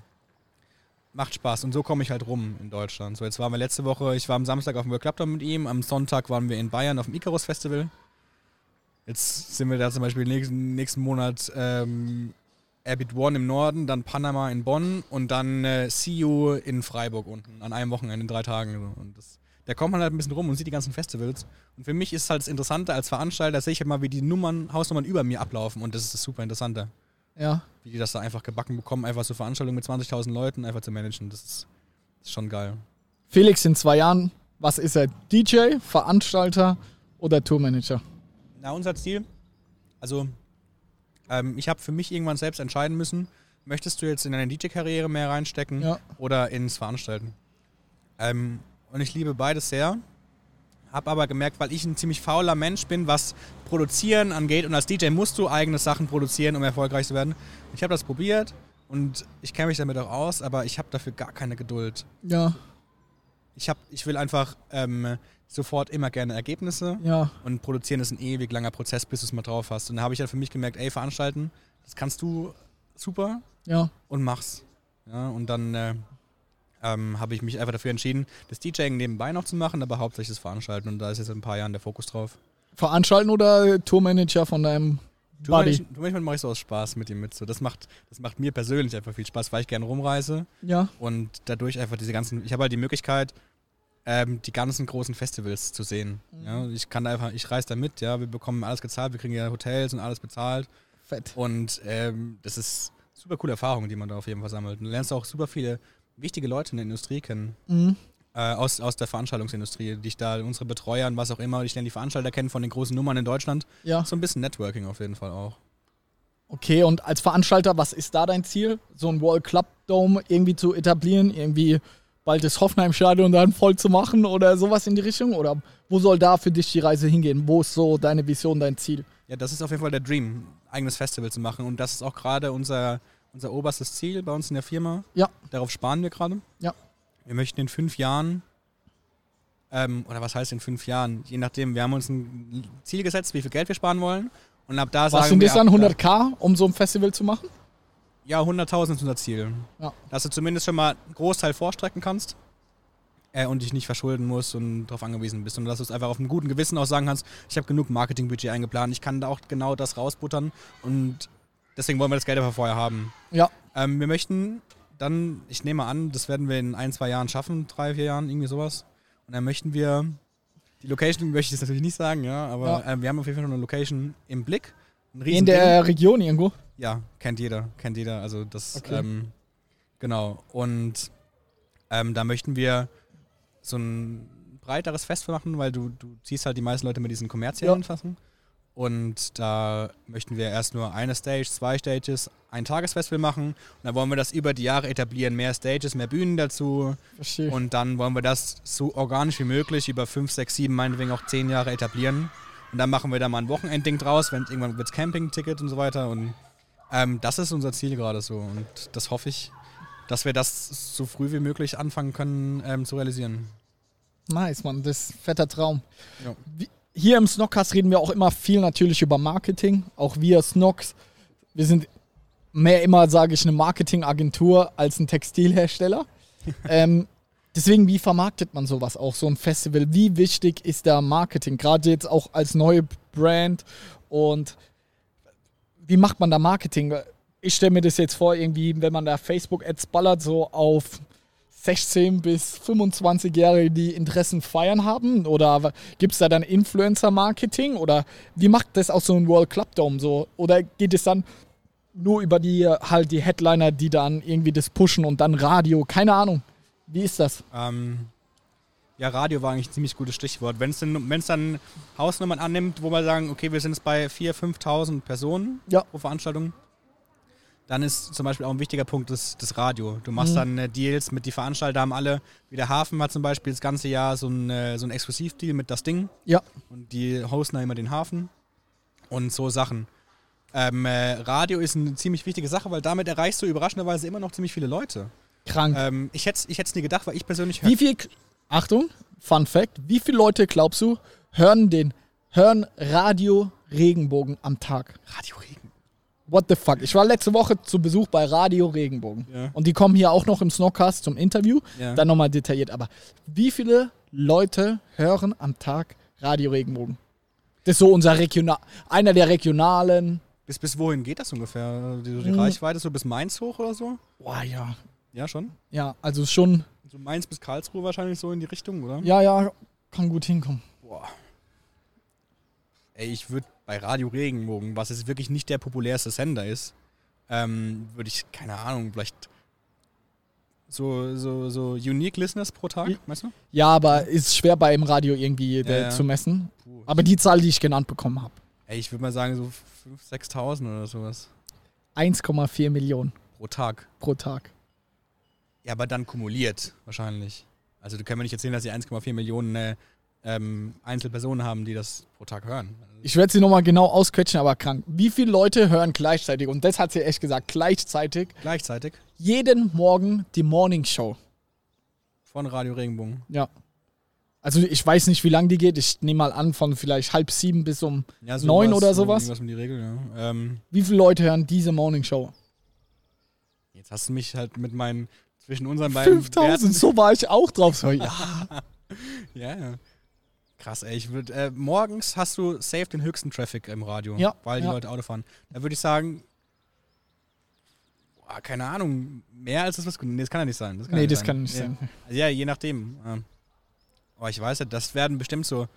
macht Spaß. Und so komme ich halt rum in Deutschland. So, jetzt waren wir letzte Woche, ich war am Samstag auf dem World Club Dome mit ihm, am Sonntag waren wir in Bayern auf dem Icarus Festival. Jetzt sind wir da zum Beispiel nächsten Monat Airbeat One im Norden, dann Panama in Bonn und dann See You in Freiburg unten, an einem Wochenende in 3 Tagen. So. Und da kommt man halt ein bisschen rum und sieht die ganzen Festivals. Und für mich ist halt das Interessante als Veranstalter, sehe ich halt mal, wie die Hausnummern über mir ablaufen und das ist das super Interessante. Ja. Wie die das da einfach gebacken bekommen, einfach so Veranstaltungen mit 20.000 Leuten einfach zu managen. Das ist schon geil. Felix in 2 Jahren, was ist er? DJ, Veranstalter oder Tourmanager? Na, unser Ziel, also ich habe für mich irgendwann selbst entscheiden müssen, möchtest du jetzt in deine DJ-Karriere mehr reinstecken oder ins Veranstalten? Und ich liebe beides sehr, habe aber gemerkt, weil ich ein ziemlich fauler Mensch bin, was Produzieren angeht und als DJ musst du eigene Sachen produzieren, um erfolgreich zu werden. Ich habe das probiert und ich kenne mich damit auch aus, aber ich habe dafür gar keine Geduld. Ja. Ich will einfach sofort immer gerne Ergebnisse und produzieren ist ein ewig langer Prozess, bis du es mal drauf hast. Und da habe ich halt für mich gemerkt, veranstalten, das kannst du super und mach's. Ja, und dann habe ich mich einfach dafür entschieden, das DJing nebenbei noch zu machen, aber hauptsächlich das Veranstalten und da ist jetzt in ein paar Jahren der Fokus drauf. Veranstalten oder Tourmanager von deinem Buddy? Manchmal mache ich so aus Spaß mit ihm mit. So. Das macht mir persönlich einfach viel Spaß, weil ich gerne rumreise. Ja. Und dadurch einfach ich habe halt die Möglichkeit, die ganzen großen Festivals zu sehen. Mhm. Ja, ich reise da mit, ja, wir bekommen alles gezahlt, wir kriegen ja Hotels und alles bezahlt. Fett. Und das ist super coole Erfahrungen, die man da auf jeden Fall sammelt. Und du lernst auch super viele wichtige Leute in der Industrie kennen. Mhm. Aus der Veranstaltungsindustrie, die ich da, unsere Betreuer und was auch immer, ich lerne die Veranstalter kennen von den großen Nummern in Deutschland. Ja. So ein bisschen Networking auf jeden Fall auch. Okay, und als Veranstalter, was ist da dein Ziel? So ein World Club Dome irgendwie zu etablieren, irgendwie bald das Hoffenheim-Stadion dann voll zu machen oder sowas in die Richtung? Oder wo soll da für dich die Reise hingehen? Wo ist so deine Vision, dein Ziel? Ja, das ist auf jeden Fall der Dream, eigenes Festival zu machen. Und das ist auch gerade unser oberstes Ziel bei uns in der Firma. Ja. Darauf sparen wir gerade. Ja. Wir möchten in 5 Jahren, oder was heißt in 5 Jahren? Je nachdem, wir haben uns ein Ziel gesetzt, wie viel Geld wir sparen wollen. Und ab da sagen wir... Was sind das dann, 100.000, um so ein Festival zu machen? Ja, 100.000 ist unser Ziel. Ja. Dass du zumindest schon mal einen Großteil vorstrecken kannst und dich nicht verschulden musst und darauf angewiesen bist. Und dass du es einfach auf einem guten Gewissen auch sagen kannst, ich habe genug Marketingbudget eingeplant, ich kann da auch genau das rausbuttern und deswegen wollen wir das Geld einfach vorher haben. Ja. Wir möchten dann, ich nehme an, das werden wir in 1-2 Jahren schaffen, 3-4 Jahren, irgendwie sowas. Und dann möchten wir, die Location möchte ich jetzt natürlich nicht sagen, ja, aber wir haben auf jeden Fall noch eine Location im Blick. In der Region irgendwo? Ja, kennt jeder. Also das, okay. Genau. Und da möchten wir so ein breiteres Fest machen, weil du ziehst halt die meisten Leute mit diesen kommerziellen Fassen. Und da möchten wir erst nur eine Stage, 2 Stages, ein Tagesfestival machen. Und dann wollen wir das über die Jahre etablieren. Mehr Stages, mehr Bühnen dazu. Verstehe. Und dann wollen wir das so organisch wie möglich über 5, 6, 7, meinetwegen auch 10 Jahre etablieren. Und dann machen wir da mal ein Wochenendding draus, wenn irgendwann wird's Camping-Ticket und so weiter. Und das ist unser Ziel gerade so. Und das hoffe ich, dass wir das so früh wie möglich anfangen können zu realisieren. Nice, Mann. Das ist ein fetter Traum. Ja. Hier im Snockcast reden wir auch immer viel natürlich über Marketing. Auch wir Snocks. Wir sind mehr immer, sage ich, eine Marketingagentur als ein Textilhersteller. Deswegen, wie vermarktet man sowas auch, so ein Festival? Wie wichtig ist da Marketing? Gerade jetzt auch als neue Brand. Und wie macht man da Marketing? ich stelle mir das jetzt vor, irgendwie, wenn man da Facebook-Ads ballert, so auf 16 bis 25-Jährige, die Interessen feiern haben? Oder gibt es da dann Influencer-Marketing? Oder wie macht das auch so ein World Club Dome so? Oder geht es dann nur über die Headliner, die dann irgendwie das pushen und dann Radio? Keine Ahnung. Wie ist das? Ja, Radio war eigentlich ein ziemlich gutes Stichwort. Wenn es dann Hausnummern annimmt, wo wir sagen, okay, wir sind jetzt bei 4.000, 5.000 Personen pro Veranstaltung, dann ist zum Beispiel auch ein wichtiger Punkt das Radio. Du machst dann Deals mit die Veranstalter, haben alle, wie der Hafen hat zum Beispiel das ganze Jahr so ein Exklusivdeal mit das Ding. Ja. Und die hosten da immer den Hafen und so Sachen. Radio ist eine ziemlich wichtige Sache, weil damit erreichst du überraschenderweise immer noch ziemlich viele Leute. Krank. Ich hätte es nie gedacht, weil ich persönlich Achtung, Fun Fact, wie viele Leute, glaubst du, hören Radio Regenbogen am Tag? Radio Regenbogen? What the fuck? Ich war letzte Woche zu Besuch bei Radio Regenbogen. Ja. Und die kommen hier auch noch im Snockcast zum Interview. Ja. Dann nochmal detailliert. Aber wie viele Leute hören am Tag Radio Regenbogen? Das ist so einer der regionalen. Bis wohin geht das ungefähr? Die Reichweite so bis Mainz hoch oder so? Boah, ja. Ja, schon? Ja, also schon. So Mainz bis Karlsruhe wahrscheinlich so in die Richtung, oder? Ja, kann gut hinkommen. Boah. Ey, ich würde bei Radio Regenbogen, was jetzt wirklich nicht der populärste Sender ist, würde ich, keine Ahnung, vielleicht so Unique Listeners pro Tag, weißt du? Ja, aber ist schwer beim Radio irgendwie zu messen. Puh. Aber die Zahl, die ich genannt bekommen habe. Ey, ich würde mal sagen so 5.000, 6.000 oder sowas. 1,4 Millionen Pro Tag. pro Tag. Ja, aber dann kumuliert wahrscheinlich. Also du kannst mir nicht erzählen, dass die 1,4 Millionen Einzelpersonen haben, die das pro Tag hören. Ich werde sie nochmal genau ausquetschen, aber krank. Wie viele Leute hören gleichzeitig, und das hat sie echt gesagt, gleichzeitig, jeden Morgen die Morning Show? Von Radio Regenbogen. Ja. Also ich weiß nicht, wie lange die geht. Ich nehme mal an, von vielleicht 6:30 bis um 9 oder sowas. Irgendwas um die Regel, ja. Wie viele Leute hören diese Morning Show? Jetzt hast du mich halt mit meinen, zwischen unseren beiden 5.000, so war ich auch drauf. So, ja. Ja. Krass, ey. Morgens hast du safe den höchsten Traffic im Radio, weil die Leute Auto fahren. Da würde ich sagen, keine Ahnung, mehr als das, nee, das kann ja nicht sein. Das kann nicht sein. Also ja, je nachdem. Aber ich weiß ja, das werden bestimmt so,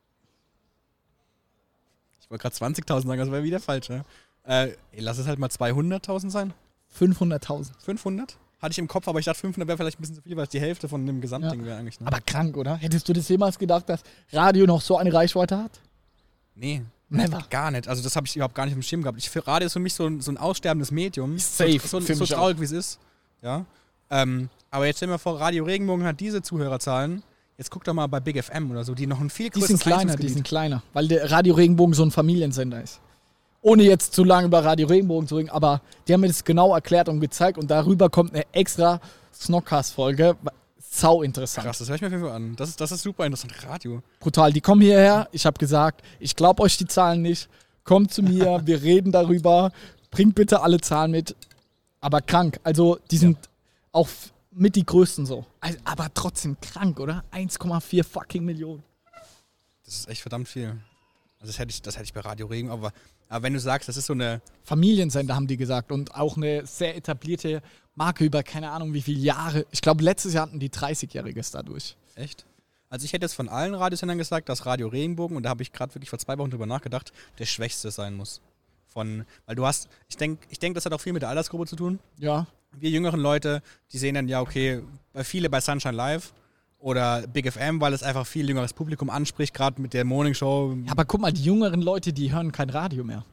ich wollte gerade 20.000 sagen, das wäre wieder falsch, ne? Lass es halt mal 200.000 sein. 500.000. 500? Hatte ich im Kopf, aber ich dachte 500 wäre vielleicht ein bisschen zu viel, weil es die Hälfte von dem Gesamtding wäre eigentlich. Ne? Aber krank, oder? Hättest du das jemals gedacht, dass Radio noch so eine Reichweite hat? Nee. Never. Gar nicht. Also das habe ich überhaupt gar nicht auf dem Schirm gehabt. Radio ist für mich so ein aussterbendes Medium. Safe. So traurig, wie es ist. Ja. Aber jetzt stell dir mal vor, Radio Regenbogen hat diese Zuhörerzahlen. Jetzt guck doch mal bei Big FM oder so, die noch ein viel größeres Die sind kleiner, weil der Radio Regenbogen so ein Familiensender ist. Ohne jetzt zu lange über Radio Regenbogen zu reden, aber die haben mir das genau erklärt und gezeigt und darüber kommt eine extra Snockcast-Folge. Sau interessant. Krass, das höre ich mir auf jeden Fall an. Das ist super interessant. Radio. Brutal. Die kommen hierher. Ich habe gesagt, ich glaube euch die Zahlen nicht. Kommt zu mir, wir reden darüber. Bringt bitte alle Zahlen mit. Aber krank. Also die sind auch mit die größten so. Also, aber trotzdem krank, oder? 1,4 fucking Millionen. Das ist echt verdammt viel. Also das hätte ich bei Radio Regenbogen. Aber wenn du sagst, das ist so eine Familiensender, haben die gesagt. Und auch eine sehr etablierte Marke über keine Ahnung wie viele Jahre. Ich glaube, letztes Jahr hatten die 30-Jähriges dadurch. Echt? Also ich hätte jetzt von allen Radiosendern gesagt, dass Radio Regenbogen, und da habe ich gerade wirklich vor 2 Wochen drüber nachgedacht, der schwächste sein muss. Weil du hast, ich denk, das hat auch viel mit der Altersgruppe zu tun. Ja. Wir jüngeren Leute, die sehen dann, ja okay, viele bei Sunshine Live oder Big FM, weil es einfach viel jüngeres Publikum anspricht, gerade mit der Morning Show. Ja, aber guck mal, die jüngeren Leute, die hören kein Radio mehr.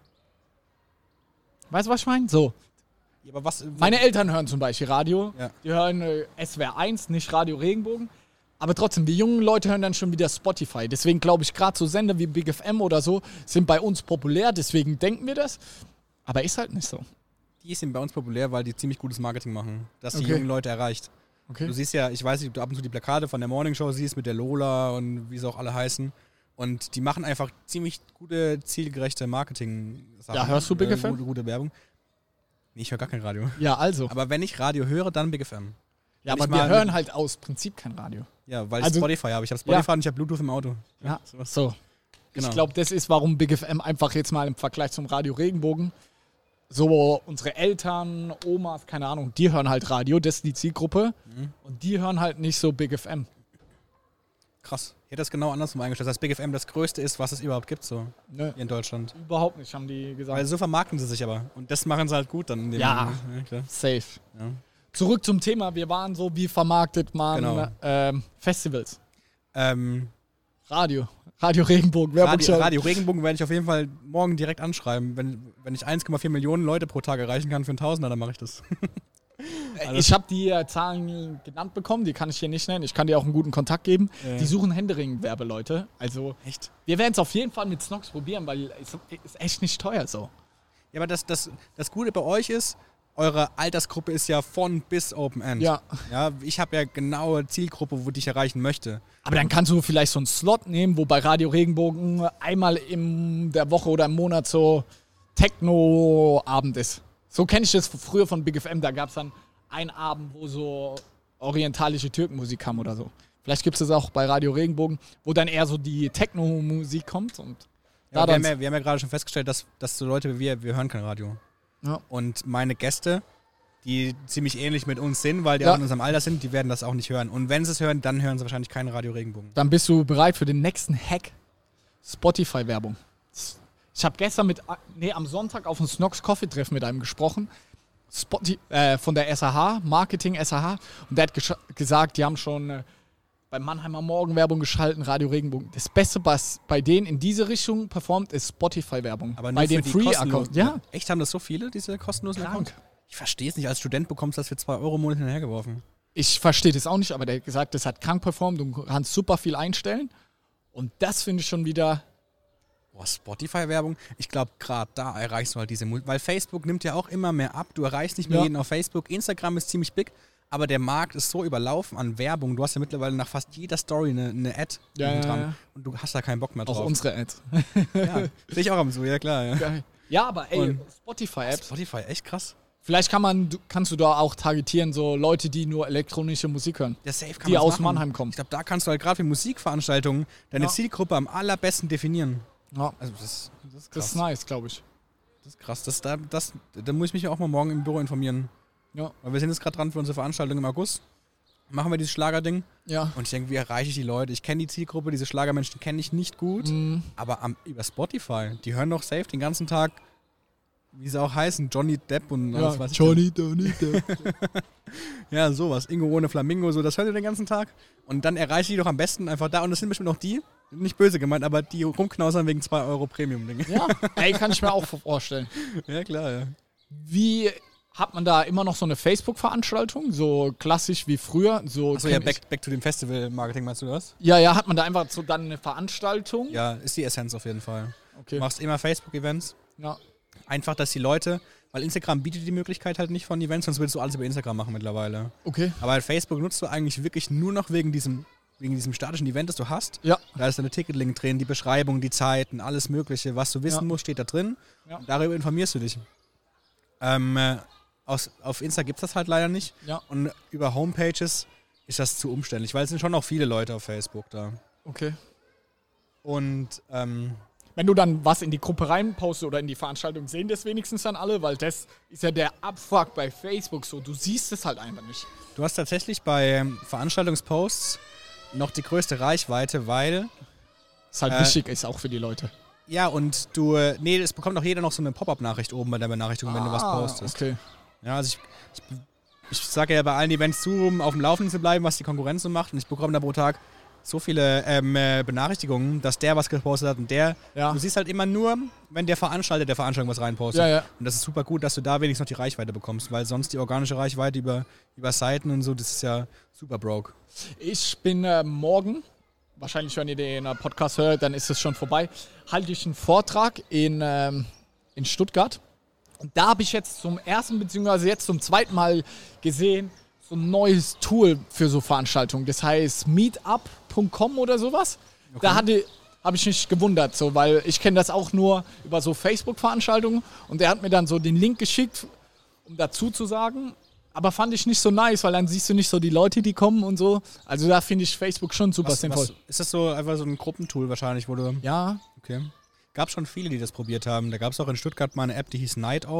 Weißt du, was ich meine? So. Ja, aber Meine Eltern hören zum Beispiel Radio. Ja. Die hören SWR 1, nicht Radio Regenbogen. Aber trotzdem, die jungen Leute hören dann schon wieder Spotify. Deswegen glaube ich, gerade so Sender wie Big FM oder so sind bei uns populär. Deswegen denken wir das. Aber ist halt nicht so. Die sind bei uns populär, weil die ziemlich gutes Marketing machen, dass die jungen Leute erreicht. Okay. Du siehst ja, ich weiß nicht, ob du ab und zu die Plakate von der Morning Show siehst mit der Lola und wie sie auch alle heißen. Und die machen einfach ziemlich gute, zielgerechte Marketing-Sachen. Ja, hörst du Big FM? Gute Werbung. Nee, ich höre gar kein Radio. Ja, also. Aber wenn ich Radio höre, dann Big FM. Ja, aber wir hören halt aus Prinzip kein Radio. Ja, weil ich Spotify habe. Ich habe Spotify und ich habe Bluetooth im Auto. Ja, so. Genau. Ich glaube, das ist, warum Big FM einfach jetzt mal im Vergleich zum Radio Regenbogen so unsere Eltern, Omas, keine Ahnung, die hören halt Radio, das ist die Zielgruppe. Und die hören halt nicht so Big FM. Krass. Ich hätte das genau andersrum eingestellt, dass Big FM das Größte ist, was es überhaupt gibt, so Ne, hier in Deutschland. überhaupt nicht, haben die gesagt. Weil so vermarkten sie sich aber. Und das machen sie halt gut dann. In dem Ja. Ja, klar. Safe. Ja. Zurück zum Thema, wir waren so, wie vermarktet man Genau. Festivals? Radio, Radio Regenbogen, Werbung Radio Regenbogen werde ich auf jeden Fall morgen direkt anschreiben. Wenn ich 1,4 Millionen Leute pro Tag erreichen kann für einen Tausender, dann mache ich das. Ich habe die Zahlen genannt bekommen, die kann ich hier nicht nennen. Ich kann dir auch einen guten Kontakt geben. Ja. Die suchen händeringend Werbeleute. Also Echt? wir werden es auf jeden Fall mit Snox probieren, weil es ist echt nicht teuer so. Ja, aber das Gute bei euch ist, eure Altersgruppe ist ja von bis Open End. Ja. Ja, ich habe ja genaue Zielgruppe, wo ich erreichen möchte. Aber dann kannst du vielleicht so einen Slot nehmen, wo bei Radio Regenbogen einmal in der Woche oder im Monat so Techno-Abend ist. So kenne ich das früher von Big FM. Da gab es dann einen Abend, wo so orientalische Türkenmusik kam oder so. Vielleicht gibt es das auch bei Radio Regenbogen, wo dann eher so die Techno-Musik kommt. Und Ja, da wir haben ja gerade schon festgestellt, dass so Leute wie wir hören kein Radio. Ja. Und meine Gäste, die ziemlich ähnlich mit uns sind, weil die Ja. auch in unserem Alter sind, die werden das auch nicht hören. Und wenn sie es hören, dann hören sie wahrscheinlich kein Radio Regenbogen. Dann bist du bereit für den nächsten Hack. Spotify-Werbung. Ich habe gestern am Sonntag auf einem Snox Coffee-Treff mit einem gesprochen. Von der SAH, Marketing SAH. Und der hat gesagt, die haben schon bei Mannheimer Morgen Werbung geschalten, Radio Regenbogen. Das Beste, was bei denen in diese Richtung performt, ist Spotify-Werbung. Aber nur Bei für den die Free-Accounts. Ja, Echt, haben das so viele, diese kostenlosen Krank. Accounts? Ich verstehe es nicht. Als Student bekommst du das für 2 Euro im Monat hinterhergeworfen. ich verstehe das auch nicht, aber der hat gesagt, das hat krank performt. Du kannst super viel einstellen. Und das finde ich schon wieder... Boah, Spotify-Werbung, ich glaube, gerade da erreichst du halt diese weil Facebook nimmt ja auch immer mehr ab. Du erreichst nicht mehr Ja. jeden auf Facebook. Instagram ist ziemlich big, aber der Markt ist so überlaufen an Werbung. Du hast ja mittlerweile nach fast jeder Story eine Ad Ja, hinten dran. ja. Und du hast da keinen Bock mehr drauf. Auch unsere Ad. Ja, sehe ich auch am so, ja klar. Ja. Geil. Ja, aber ey, Und- Spotify-Apps. Spotify, echt krass. Vielleicht kannst du da auch targetieren, so Leute, die nur elektronische Musik hören. Der Safe kann Die man's aus machen. Mannheim kommen. Ich glaube, da kannst du halt gerade für Musikveranstaltungen deine Ja. Zielgruppe am allerbesten definieren. Ja, Also das ist krass. das ist nice, glaube ich. Das ist krass. Da muss ich mich auch mal morgen im Büro informieren. Ja. Weil wir sind jetzt gerade dran für unsere Veranstaltung im August. Machen wir dieses Schlagerding. Ja. Und ich denke, wie erreiche ich die Leute? Ich kenne die Zielgruppe, diese Schlagermenschen kenne ich nicht gut. Mhm. Aber über Spotify, die hören doch safe den ganzen Tag, wie sie auch heißen, Johnny Depp und alles, Ja, was Johnny. Ja, sowas. Ingo ohne Flamingo, so, das hört ihr den ganzen Tag. Und dann erreiche ich die doch am besten einfach da. Und das sind bestimmt noch die, nicht böse gemeint, aber die rumknausern wegen 2 Euro Premium-Ding. Ja, ey, kann ich mir auch vorstellen. Ja, klar, ja. Wie hat man da immer noch so eine Facebook-Veranstaltung, so klassisch wie früher? So Achso, ja, kenn ich- back to dem Festival-Marketing, meinst du das? ja, hat man da einfach so dann eine Veranstaltung? Ja, ist die Essenz auf jeden Fall. Okay. Du machst immer Facebook-Events. Ja. Einfach, dass die Leute, weil Instagram bietet die Möglichkeit halt nicht von Events, sonst würdest du alles über Instagram machen mittlerweile. Okay. Aber halt Facebook nutzt du eigentlich wirklich nur noch wegen diesem statischen Event, das du hast. Ja. Da ist eine Ticketlink drin, die Beschreibung, die Zeiten, alles Mögliche. Was du wissen Ja. musst, steht da drin. Ja. Und darüber informierst du dich. Auf Insta gibt es das halt leider nicht. Ja. Und über Homepages ist das zu umständlich, weil es sind schon noch viele Leute auf Facebook da. Okay. Und Wenn du dann was in die Gruppe reinpostest oder in die Veranstaltung, sehen das wenigstens dann alle, weil das ist ja der Abfuck bei Facebook so. Du siehst es halt einfach nicht. du hast tatsächlich bei Veranstaltungsposts noch die größte Reichweite, weil Was halt wichtig ist auch für die Leute. ja, und es bekommt auch jeder noch so eine Pop-Up-Nachricht oben bei der Benachrichtigung, wenn du was postest. Okay. Ja, also ich sage ja bei allen Events zu, um auf dem Laufenden zu bleiben, was die Konkurrenz so macht. Und ich bekomme da pro Tag so viele Benachrichtigungen, dass der was gepostet hat und der. Ja. Du siehst halt immer nur, wenn der Veranstalter der Veranstaltung was reinpostet. Ja, ja. Und das ist super gut, dass du da wenigstens noch die Reichweite bekommst, weil sonst die organische Reichweite über Seiten und so, das ist ja super broke. Ich bin morgen, wahrscheinlich wenn ihr den Podcast hört, dann ist es schon vorbei, halte ich einen Vortrag in Stuttgart. Und da habe ich jetzt zum ersten bzw. jetzt zum zweiten Mal gesehen, so ein neues Tool für so Veranstaltungen. Das heißt meetup.com oder sowas. Okay. Da habe ich mich gewundert, so, weil ich kenne das auch nur über so Facebook-Veranstaltungen. Und der hat mir dann so den Link geschickt, um dazu zu sagen. Aber fand ich nicht so nice, weil dann siehst du nicht so die Leute, die kommen und so. Also da finde ich Facebook schon super sinnvoll. Ist das so einfach so ein Gruppentool wahrscheinlich, wo du. Ja, Okay. Gab schon viele, die das probiert haben. Da gab es auch in Stuttgart mal eine App, die hieß Night Owl.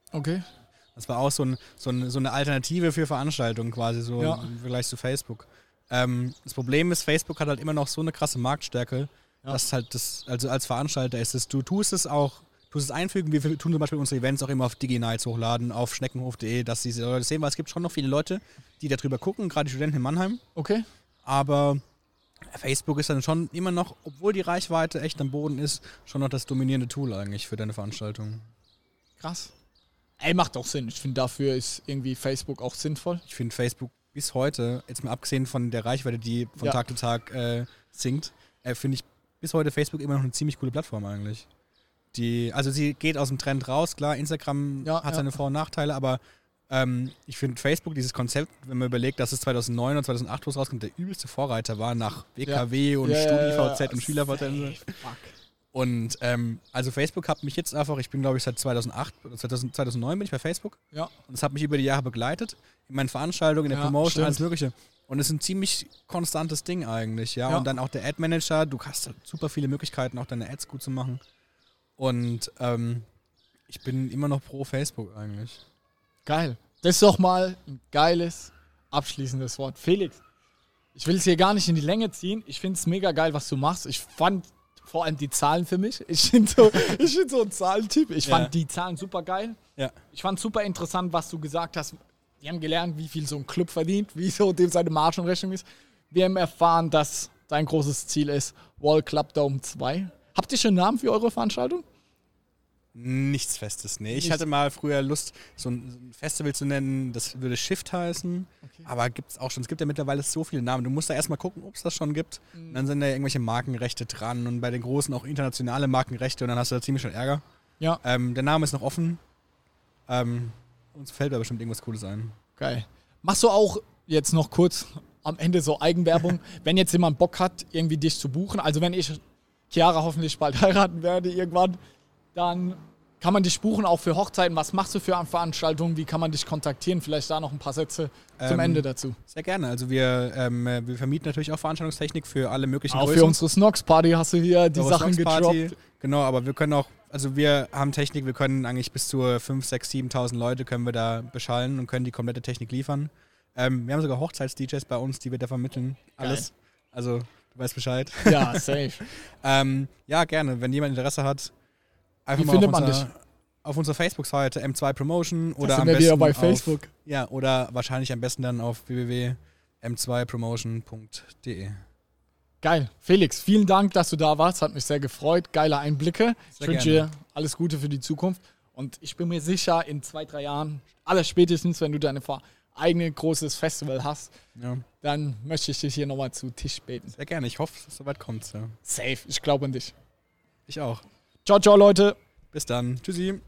Okay. Das war auch so eine Alternative für Veranstaltungen quasi, so Ja. im Vergleich zu Facebook. Das Problem ist, Facebook hat halt immer noch so eine krasse Marktstärke, dass halt also als Veranstalter ist es, du tust es einfügen, wir tun zum Beispiel unsere Events auch immer auf DigiNights hochladen, auf schneckenhof.de, dass diese Leute sehen, weil es gibt schon noch viele Leute, die darüber gucken, gerade die Studenten in Mannheim. Okay. Aber Facebook ist dann schon immer noch, obwohl die Reichweite echt am Boden ist, schon noch das dominierende Tool eigentlich für deine Veranstaltung. Krass. Ey, macht auch Sinn. Ich finde, dafür ist irgendwie Facebook auch sinnvoll. Ich finde Facebook bis heute, jetzt mal abgesehen von der Reichweite, die von Tag zu Tag sinkt, finde ich bis heute Facebook immer noch eine ziemlich coole Plattform eigentlich. Also sie geht aus dem Trend raus, klar, Instagram hat seine Vor- und Nachteile, aber ich finde Facebook, dieses Konzept, wenn man überlegt, dass es 2009 oder 2008 rauskommt, der übelste Vorreiter war nach WKW und StudiVZ und SchülerVZ. Und also Facebook hat mich jetzt einfach, ich bin glaube ich seit 2008 oder 2009 bin ich bei Facebook. Ja. Und es hat mich über die Jahre begleitet, in meinen Veranstaltungen, in der Promotion, stimmt. alles Mögliche. Und es ist ein ziemlich konstantes Ding eigentlich, ja. Und dann auch der Ad-Manager, du hast halt super viele Möglichkeiten, auch deine Ads gut zu machen. Und ich bin immer noch pro Facebook eigentlich. Geil. Das ist doch mal ein geiles, abschließendes Wort. Felix, ich will es hier gar nicht in die Länge ziehen. Ich finde es mega geil, was du machst. Ich fand vor allem die Zahlen für mich. Ich bin so ein Zahlentyp. Ich fand die Zahlen super geil. Ja. Ich fand super interessant, was du gesagt hast. Wir haben gelernt, wie viel so ein Club verdient, wie so dem seine Margenrechnung ist. Wir haben erfahren, dass dein großes Ziel ist Wall Club Dome 2. Habt ihr schon einen Namen für eure Veranstaltung? Nichts Festes, nee. Ich hatte mal früher Lust, so ein Festival zu nennen, das würde Shift heißen, aber gibt's auch schon. Es gibt ja mittlerweile so viele Namen. Du musst da erstmal gucken, ob es das schon gibt. Und dann sind da irgendwelche Markenrechte dran und bei den Großen auch internationale Markenrechte und dann hast du da ziemlich schon Ärger. Ja. Der Name ist noch offen. Uns fällt da bestimmt irgendwas Cooles ein. Geil. Machst du auch jetzt noch kurz am Ende so Eigenwerbung, wenn jetzt jemand Bock hat, irgendwie dich zu buchen, also wenn ich Chiara hoffentlich bald heiraten werde irgendwann, dann kann man dich buchen, auch für Hochzeiten. Was machst du für Veranstaltungen? Wie kann man dich kontaktieren? Vielleicht da noch ein paar Sätze zum Ende dazu. Sehr gerne. Also wir vermieten natürlich auch Veranstaltungstechnik für alle möglichen Auch Größen. für unsere Snox-Party hast du hier die Sachen Party, gedroppt. genau, aber wir können auch, also wir haben Technik, wir können eigentlich bis zu 5.000, 6.000, 7.000 Leute können wir da beschallen und können die komplette Technik liefern. Wir haben sogar Hochzeits-DJs bei uns, die wir da vermitteln. Alles. Geil. Also du weißt Bescheid. Ja, safe. Ja, gerne. Wenn jemand Interesse hat, einfach Wie mal findet man dich? auf unserer Facebook-Seite M2 Promotion oder sind am wir besten wieder bei auf, Facebook. Ja, oder wahrscheinlich am besten dann auf www.m2promotion.de. Geil. Felix, vielen Dank, dass du da warst. Hat mich sehr gefreut. Geile Einblicke. Ich wünsche dir alles Gute für die Zukunft. Und ich bin mir sicher, in 2-3 Jahren, allerspätestens, wenn du dein eigenes großes Festival hast, dann möchte ich dich hier nochmal zu Tisch beten. Sehr gerne. Ich hoffe, dass es soweit kommt. Ja. Safe. Ich glaube an dich. Ich auch. Ciao, ciao, Leute. Bis dann. Tschüssi.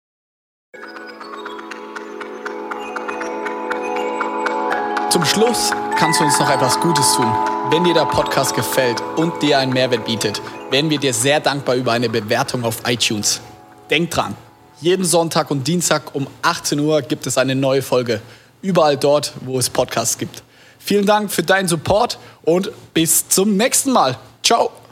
Zum Schluss kannst du uns noch etwas Gutes tun. Wenn dir der Podcast gefällt und dir einen Mehrwert bietet, wären wir dir sehr dankbar über eine Bewertung auf iTunes. Denk dran, jeden Sonntag und Dienstag um 18 Uhr gibt es eine neue Folge. Überall dort, wo es Podcasts gibt. Vielen Dank für deinen Support und bis zum nächsten Mal. Ciao.